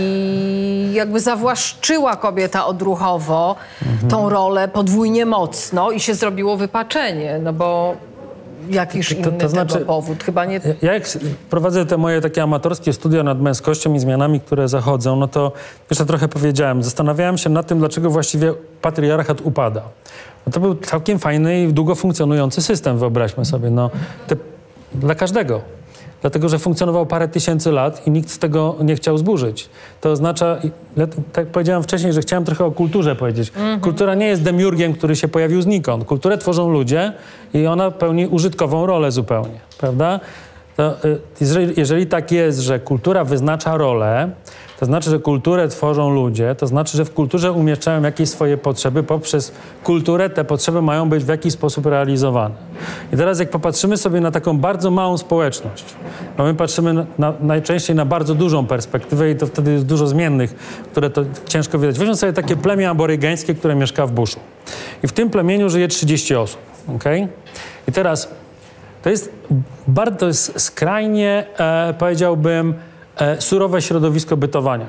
i jakby zawłaszczyła kobieta odruchowo Mhm. tą rolę podwójnie mocno i się zrobiło wypaczenie, no bo jakiś To- to inny znaczy- tego powód? Chyba nie... Ja jak prowadzę te moje takie amatorskie studia nad męskością i zmianami, które zachodzą, no to jeszcze trochę powiedziałem, zastanawiałem się nad tym, dlaczego właściwie patriarchat upada. No to był całkiem fajny i długo funkcjonujący system, wyobraźmy sobie, no, te, dla każdego. Dlatego, że funkcjonował parę tysięcy lat i nikt z tego nie chciał zburzyć. To oznacza, i- tak jak powiedziałem wcześniej, że chciałem trochę o kulturze powiedzieć. Kultura nie jest demiurgiem, który się pojawił znikąd. Kulturę tworzą ludzie i ona pełni użytkową rolę zupełnie, prawda? To, y, jeżeli, jeżeli tak jest, że kultura wyznacza rolę, to znaczy, że kulturę tworzą ludzie, to znaczy, że w kulturze umieszczają jakieś swoje potrzeby, poprzez kulturę te potrzeby mają być w jakiś sposób realizowane. I teraz jak popatrzymy sobie na taką bardzo małą społeczność, bo my patrzymy na, na, najczęściej na bardzo dużą perspektywę i to wtedy jest dużo zmiennych, które to ciężko widać. Weźmy sobie takie plemię aborygeńskie, które mieszka w buszu. I w tym plemieniu żyje trzydzieści osób. Okay? I teraz to jest bardzo to jest skrajnie, e, powiedziałbym, e, surowe środowisko bytowania.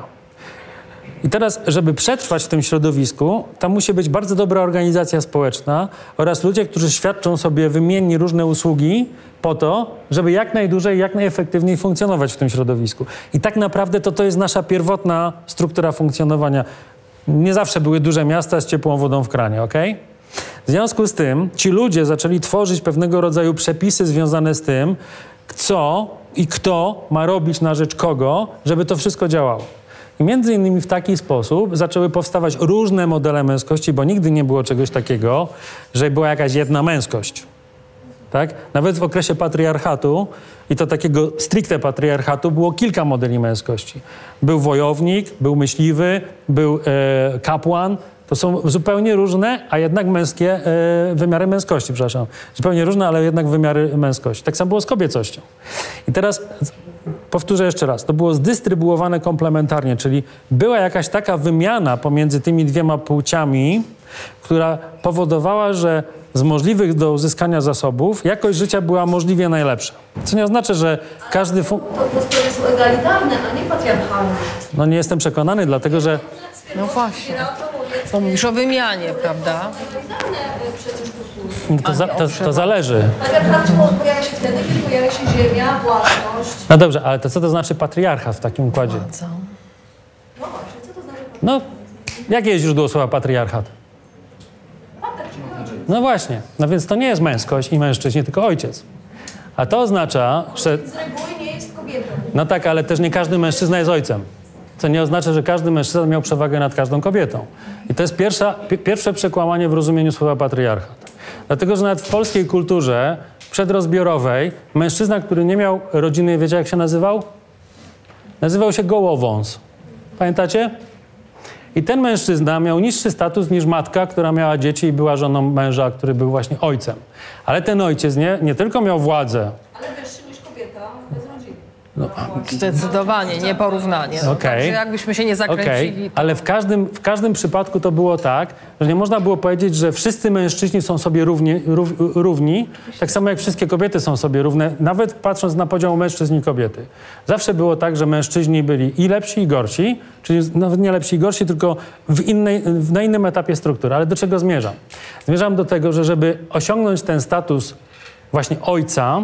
I teraz, żeby przetrwać w tym środowisku, tam musi być bardzo dobra organizacja społeczna oraz ludzie, którzy świadczą sobie wymiennie różne usługi po to, żeby jak najdłużej, jak najefektywniej funkcjonować w tym środowisku. I tak naprawdę to, to jest nasza pierwotna struktura funkcjonowania. Nie zawsze były duże miasta z ciepłą wodą w kranie, okej? W związku z tym ci ludzie zaczęli tworzyć pewnego rodzaju przepisy związane z tym, co i kto ma robić na rzecz kogo, żeby to wszystko działało. I między innymi w taki sposób zaczęły powstawać różne modele męskości, bo nigdy nie było czegoś takiego, że była jakaś jedna męskość. Tak? Nawet w okresie patriarchatu, i to takiego stricte patriarchatu, było kilka modeli męskości. Był wojownik, był myśliwy, był e, kapłan. To są zupełnie różne, a jednak męskie e, wymiary męskości, przepraszam. Zupełnie różne, ale jednak wymiary męskości. Tak samo było z kobiecością. I teraz powtórzę jeszcze raz. To było zdystrybuowane komplementarnie, czyli była jakaś taka wymiana pomiędzy tymi dwiema płciami, która powodowała, że z możliwych do uzyskania zasobów jakość życia była możliwie najlepsza. Co nie oznacza, że każdy... Fun- To postroje są egalitarne, a nie patriarchalne. no nie jestem przekonany, dlatego że... No właśnie. To mówisz o wymianie, prawda? Egalitarne przecież struktury. To, za, to, to zależy. Patriarchat pojawia się wtedy, kiedy pojawia się ziemia, własność. No dobrze, ale to co to znaczy patriarchat w takim układzie? Co? No właśnie, co to znaczy? No, jakie jest źródło słowa patriarchat? No właśnie, no więc to nie jest męskość i mężczyźni, tylko ojciec. A to oznacza, że... Z reguły nie jest kobietą. No tak, ale też nie każdy mężczyzna jest ojcem. Co nie oznacza, że każdy mężczyzna miał przewagę nad każdą kobietą. I to jest pierwsza, pi- pierwsze przekłamanie w rozumieniu słowa patriarchat. Dlatego, że nawet w polskiej kulturze przedrozbiorowej mężczyzna, który nie miał rodziny, wiecie jak się nazywał? Nazywał się gołowąs. Pamiętacie? I ten mężczyzna miał niższy status niż matka, która miała dzieci i była żoną męża, który był właśnie ojcem. Ale ten ojciec nie, nie tylko miał władzę. Ale wyższy niż kobieta bez rodziny. Zdecydowanie, nieporównanie. No, Okej. Także jakbyśmy się nie Okej, zakręcili... ale w każdym, w każdym przypadku to było tak, że nie można było powiedzieć, że wszyscy mężczyźni są sobie równi, rów, równi, tak samo jak wszystkie kobiety są sobie równe, nawet patrząc na podział mężczyzn i kobiety. Zawsze było tak, że mężczyźni byli i lepsi, i gorsi, czyli nawet nie lepsi i gorsi, tylko w innej, w, na innym etapie struktury. Ale do czego zmierzam? Zmierzam do tego, że żeby osiągnąć ten status właśnie ojca,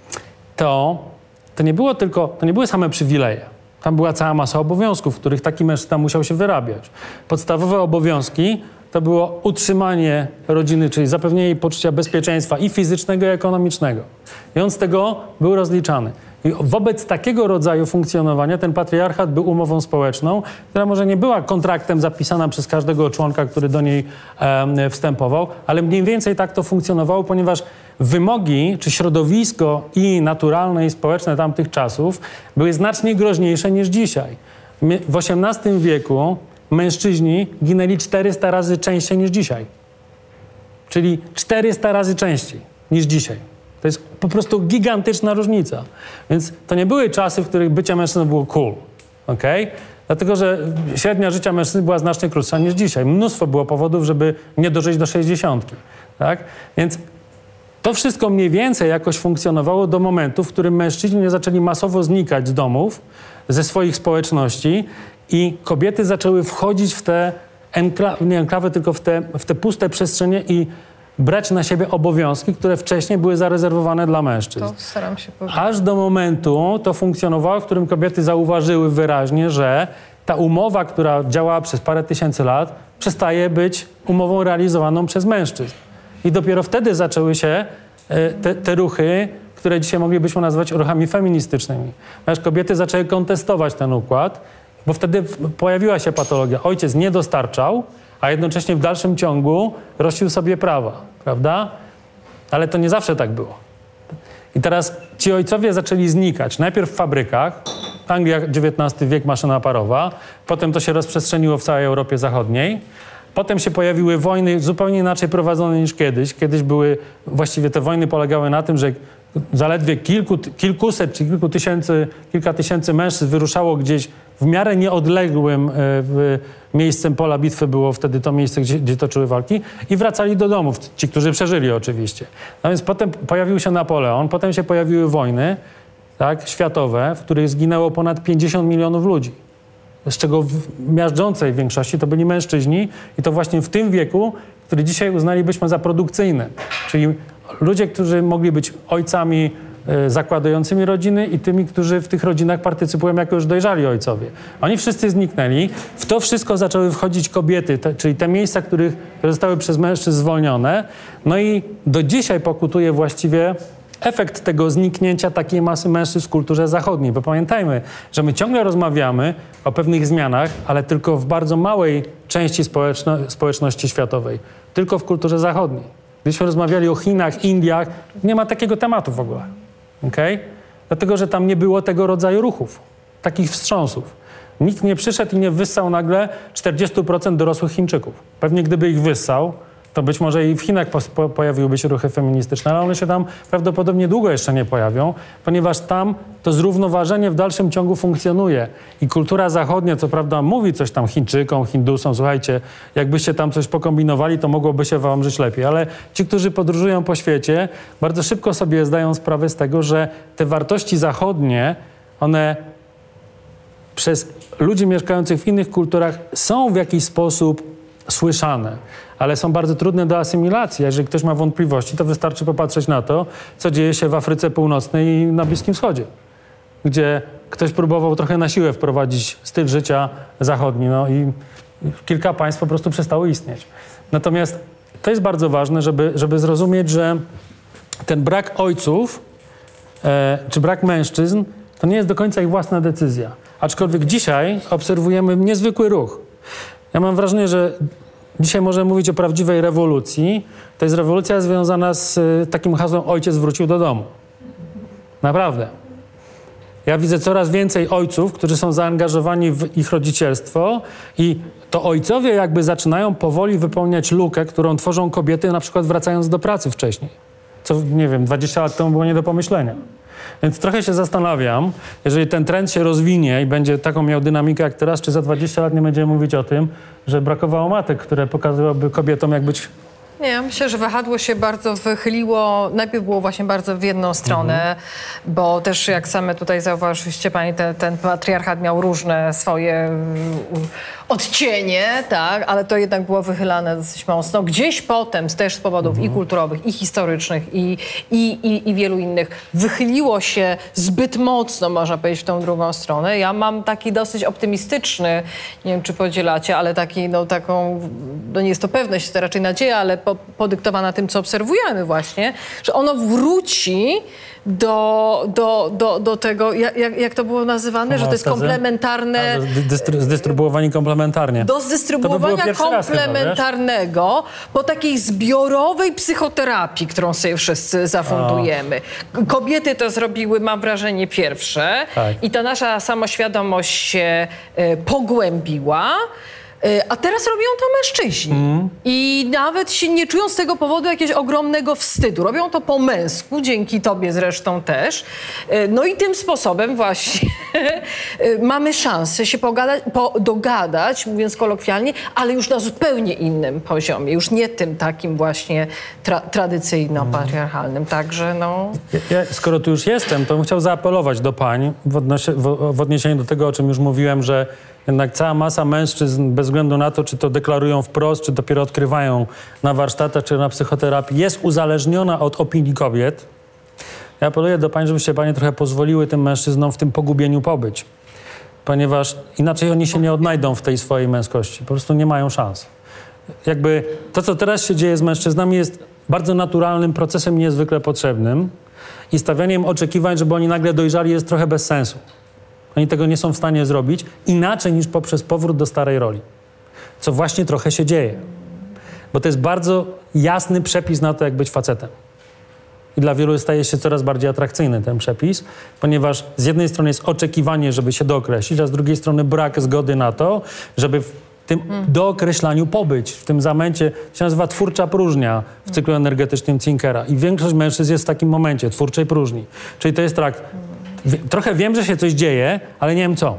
to To nie było tylko, to nie były same przywileje. Tam była cała masa obowiązków, w których taki mężczyzna musiał się wyrabiać. Podstawowe obowiązki to było utrzymanie rodziny, czyli zapewnienie jej poczucia bezpieczeństwa i fizycznego, i ekonomicznego. I on z tego był rozliczany. I wobec takiego rodzaju funkcjonowania ten patriarchat był umową społeczną, która może nie była kontraktem zapisana przez każdego członka, który do niej e, wstępował, ale mniej więcej tak to funkcjonowało, ponieważ wymogi, czy środowisko i naturalne, i społeczne tamtych czasów były znacznie groźniejsze niż dzisiaj. My, w osiemnastym wieku mężczyźni ginęli czterysta razy częściej niż dzisiaj. Czyli czterysta razy częściej niż dzisiaj. To jest po prostu gigantyczna różnica. Więc to nie były czasy, w których bycie mężczyzną było cool. Okay? Dlatego, że średnia życia mężczyzn była znacznie krótsza niż dzisiaj. Mnóstwo było powodów, żeby nie dożyć do sześćdziesiątki. Tak? Więc to wszystko mniej więcej jakoś funkcjonowało do momentu, w którym mężczyźni nie zaczęli masowo znikać z domów, ze swoich społeczności i kobiety zaczęły wchodzić w te enklawy, nie enklawy, tylko w te, w te puste przestrzenie i brać na siebie obowiązki, które wcześniej były zarezerwowane dla mężczyzn. To staram się powiedzieć. Aż do momentu to funkcjonowało, w którym kobiety zauważyły wyraźnie, że ta umowa, która działała przez parę tysięcy lat, przestaje być umową realizowaną przez mężczyzn. I dopiero wtedy zaczęły się te, te ruchy, które dzisiaj moglibyśmy nazwać ruchami feministycznymi. Ponieważ kobiety zaczęły kontestować ten układ, bo wtedy pojawiła się patologia. Ojciec nie dostarczał, a jednocześnie w dalszym ciągu rościł sobie prawa, prawda? Ale to nie zawsze tak było. I teraz ci ojcowie zaczęli znikać. Najpierw w fabrykach, Anglia dziewiętnasty wiek, maszyna parowa, potem to się rozprzestrzeniło w całej Europie Zachodniej. Potem się pojawiły wojny zupełnie inaczej prowadzone niż kiedyś. Kiedyś były, właściwie te wojny polegały na tym, że zaledwie kilku, kilkuset czy kilku tysięcy, kilka tysięcy mężczyzn wyruszało gdzieś w miarę nieodległym e, w, miejscem pola bitwy było wtedy to miejsce, gdzie, gdzie toczyły walki i wracali do domów, ci, którzy przeżyli oczywiście. No więc potem pojawił się Napoleon, potem się pojawiły wojny, tak, światowe, w których zginęło ponad pięćdziesiąt milionów ludzi. Z czego w miażdżącej większości to byli mężczyźni i to właśnie w tym wieku, który dzisiaj uznalibyśmy za produkcyjny. Czyli ludzie, którzy mogli być ojcami y, zakładającymi rodziny i tymi, którzy w tych rodzinach partycypują jako już dojrzali ojcowie. Oni wszyscy zniknęli. W to wszystko zaczęły wchodzić kobiety, te, czyli te miejsca, których, które zostały przez mężczyzn zwolnione. No i do dzisiaj pokutuje właściwie efekt tego zniknięcia takiej masy mężczyzn w kulturze zachodniej. Bo pamiętajmy, że my ciągle rozmawiamy o pewnych zmianach, ale tylko w bardzo małej części społeczno- społeczności światowej. Tylko w kulturze zachodniej. Gdybyśmy rozmawiali o Chinach, Indiach, nie ma takiego tematu w ogóle. Okay? Dlatego, że tam nie było tego rodzaju ruchów, takich wstrząsów. Nikt nie przyszedł i nie wyssał nagle czterdzieści procent dorosłych Chińczyków. Pewnie gdyby ich wyssał, to być może i w Chinach po, po, pojawiłyby się ruchy feministyczne, ale one się tam prawdopodobnie długo jeszcze nie pojawią, ponieważ tam to zrównoważenie w dalszym ciągu funkcjonuje. I kultura zachodnia, co prawda, mówi coś tam Chińczykom, Hindusom, słuchajcie, jakbyście tam coś pokombinowali, to mogłoby się wam żyć lepiej. Ale ci, którzy podróżują po świecie, bardzo szybko sobie zdają sprawę z tego, że te wartości zachodnie, one przez ludzi mieszkających w innych kulturach są w jakiś sposób słyszane, ale są bardzo trudne do asymilacji. Jeżeli ktoś ma wątpliwości, to wystarczy popatrzeć na to, co dzieje się w Afryce Północnej i na Bliskim Wschodzie, gdzie ktoś próbował trochę na siłę wprowadzić styl życia zachodni, no i kilka państw po prostu przestało istnieć. Natomiast to jest bardzo ważne, żeby, żeby zrozumieć, że ten brak ojców e, czy brak mężczyzn to nie jest do końca ich własna decyzja. Aczkolwiek dzisiaj obserwujemy niezwykły ruch. Ja mam wrażenie, że dzisiaj możemy mówić o prawdziwej rewolucji. To jest rewolucja związana z y, takim hasłem ojciec wrócił do domu. Naprawdę. Ja widzę coraz więcej ojców, którzy są zaangażowani w ich rodzicielstwo i to ojcowie jakby zaczynają powoli wypełniać lukę, którą tworzą kobiety, na przykład wracając do pracy wcześniej. Co, nie wiem, dwadzieścia lat temu było nie do pomyślenia. Więc trochę się zastanawiam, jeżeli ten trend się rozwinie i będzie taką miał dynamikę jak teraz, czy za dwadzieścia lat nie będziemy mówić o tym, że brakowało matek, które pokazywałyby kobietom, jak być. Nie, ja myślę, że wahadło się bardzo wychyliło. Najpierw było właśnie bardzo w jedną stronę, mhm. bo też jak same tutaj zauważyliście pani, ten, ten patriarchat miał różne swoje um, odcienie, tak, ale to jednak było wychylane dosyć mocno. Gdzieś potem, też z powodów mhm. i kulturowych, i historycznych, i, i, i, i wielu innych, wychyliło się zbyt mocno, można powiedzieć, w tą drugą stronę. Ja mam taki dosyć optymistyczny, nie wiem, czy podzielacie, ale taki, no taką, no nie jest to pewność, to raczej nadzieja, ale po, podyktowana tym, co obserwujemy właśnie, że ono wróci do, do, do, do tego, jak, jak to było nazywane, że to jest komplementarne... Dystry- zdystrybuowanie komplementarnie. Do zdystrybuowania by komplementarnego po takiej zbiorowej psychoterapii, którą sobie wszyscy zafundujemy. O. Kobiety to zrobiły, mam wrażenie, pierwsze tak. i ta nasza samoświadomość się y, pogłębiła. A teraz robią to mężczyźni. Mm. I nawet się nie czują z tego powodu jakiegoś ogromnego wstydu. Robią to po męsku, dzięki tobie zresztą też. No i tym sposobem właśnie mamy szansę się pogadać, po, dogadać, mówiąc kolokwialnie, ale już na zupełnie innym poziomie. Już nie tym takim właśnie tra- tradycyjno-patriarchalnym. Także no... Ja, ja, skoro tu już jestem, to bym chciał zaapelować do pań w, odnosi- w, w odniesieniu do tego, o czym już mówiłem, że jednak cała masa mężczyzn, bez względu na to, czy to deklarują wprost, czy dopiero odkrywają na warsztatach, czy na psychoterapii, jest uzależniona od opinii kobiet. Ja apeluję do pań, żebyście panie trochę pozwoliły tym mężczyznom w tym pogubieniu pobyć. Ponieważ inaczej oni się nie odnajdą w tej swojej męskości. Po prostu nie mają szans. Jakby to, co teraz się dzieje z mężczyznami, jest bardzo naturalnym procesem, niezwykle potrzebnym. I stawianiem oczekiwań, żeby oni nagle dojrzali, jest trochę bez sensu. Oni tego nie są w stanie zrobić inaczej niż poprzez powrót do starej roli. Co właśnie trochę się dzieje. Bo to jest bardzo jasny przepis na to, jak być facetem. I dla wielu staje się coraz bardziej atrakcyjny ten przepis, ponieważ z jednej strony jest oczekiwanie, żeby się dookreślić, a z drugiej strony brak zgody na to, żeby w tym hmm. dookreślaniu pobyć. W tym zamęcie się nazywa twórcza próżnia w cyklu energetycznym Zinkera. I większość mężczyzn jest w takim momencie, twórczej próżni. Czyli to jest tak... Trochę wiem, że się coś dzieje, ale nie wiem co.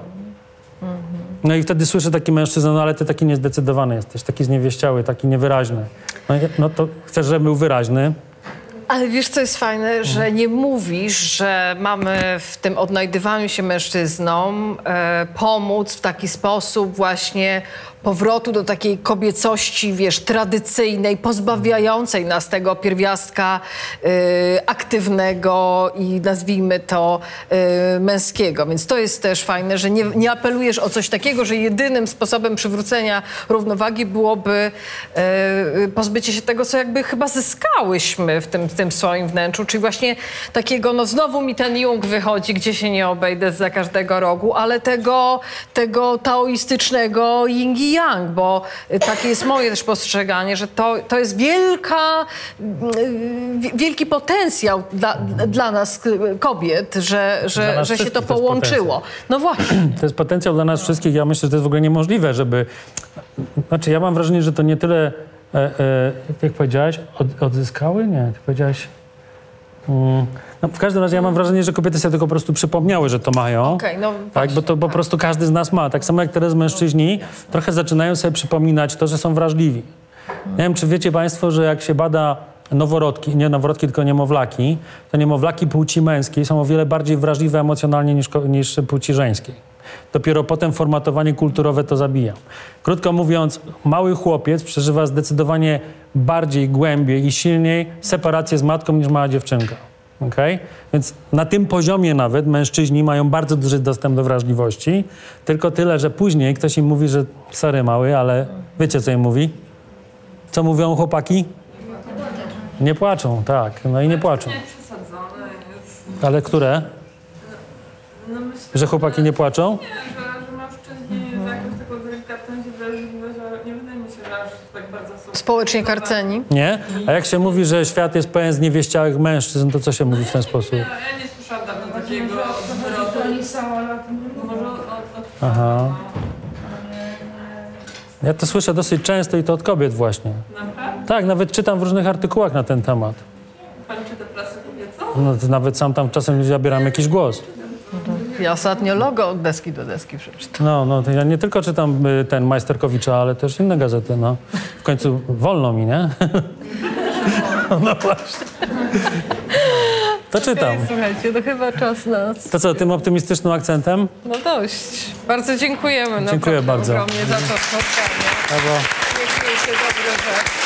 No i wtedy słyszę taki mężczyzna, no ale ty taki niezdecydowany jesteś, taki zniewieściały, taki niewyraźny. No, no to chcesz, żeby był wyraźny. Ale wiesz, co jest fajne, że nie mówisz, że mamy w tym odnajdywaniu się mężczyznom e, pomóc w taki sposób właśnie powrotu do takiej kobiecości, wiesz, tradycyjnej, pozbawiającej nas tego pierwiastka y, aktywnego i nazwijmy to y, męskiego. Więc to jest też fajne, że nie, nie apelujesz o coś takiego, że jedynym sposobem przywrócenia równowagi byłoby y, pozbycie się tego, co jakby chyba zyskałyśmy w tym, w tym swoim wnętrzu, czyli właśnie takiego, no znowu mi ten Jung wychodzi, gdzie się nie obejdę za każdego rogu, ale tego, tego taoistycznego yin i yang, bo takie jest moje też postrzeganie, że to, to jest wielka, wielki potencjał dla, dla nas kobiet, że, że, że się to połączyło. To no właśnie. To jest potencjał dla nas wszystkich. Ja myślę, że to jest w ogóle niemożliwe, żeby... Znaczy ja mam wrażenie, że to nie tyle e, e, jak powiedziałaś, od, odzyskały? Nie, ty powiedziałaś... Mm, no, w każdym razie ja mam wrażenie, że kobiety sobie tylko po prostu przypomniały, że to mają. Okej, no Tak, bo to po prostu każdy z nas ma. Tak samo jak teraz mężczyźni trochę zaczynają sobie przypominać to, że są wrażliwi. Nie wiem, czy wiecie państwo, że jak się bada noworodki, nie noworodki, tylko niemowlaki, to niemowlaki płci męskiej są o wiele bardziej wrażliwe emocjonalnie niż, ko- niż płci żeńskiej. Dopiero potem formatowanie kulturowe to zabija. Krótko mówiąc, mały chłopiec przeżywa zdecydowanie bardziej, głębiej i silniej separację z matką niż mała dziewczynka. Okay? Więc na tym poziomie nawet mężczyźni mają bardzo duży dostęp do wrażliwości, tylko tyle, że później ktoś im mówi, że sorry mały, ale wiecie co im mówi? Co mówią chłopaki? Nie płaczą, tak. No i nie płaczą. Nie przesadzone jest. Ale które? No myślę, Że chłopaki nie płaczą? Nie, że, że mężczyźni z jakąś taką delikatność i wrażliwość, że nie wydaje mi się, że aż tak bardzo są... społecznie karceni. Nie? A jak się mówi, że świat jest pełen zniewieściałych mężczyzn, to co się mówi w ten sposób? Ja, ja nie słyszałam dawno takiego zwrotu. Oni są, ale Może od, od, Aha. Ja to słyszę dosyć często i to od kobiet właśnie. Naprawdę? Tak, nawet czytam w różnych artykułach na ten temat. Pan czyta prasę kobiecą? No, to nawet sam tam czasem zabieram jakiś głos. Ja ostatnio logo od deski do deski przeczytałam. No, no, to ja nie tylko czytam y, ten Majsterkowicza, ale też inne gazety, no. W końcu wolno mi, nie? No właśnie. To czytam. Słuchajcie, to chyba czas na... To co, tym optymistycznym akcentem? No dość. Bardzo dziękujemy. Dziękuję naprawdę bardzo. ogromnie za to spotkanie. Brawo. Dziękuję się, dobre rzeczy.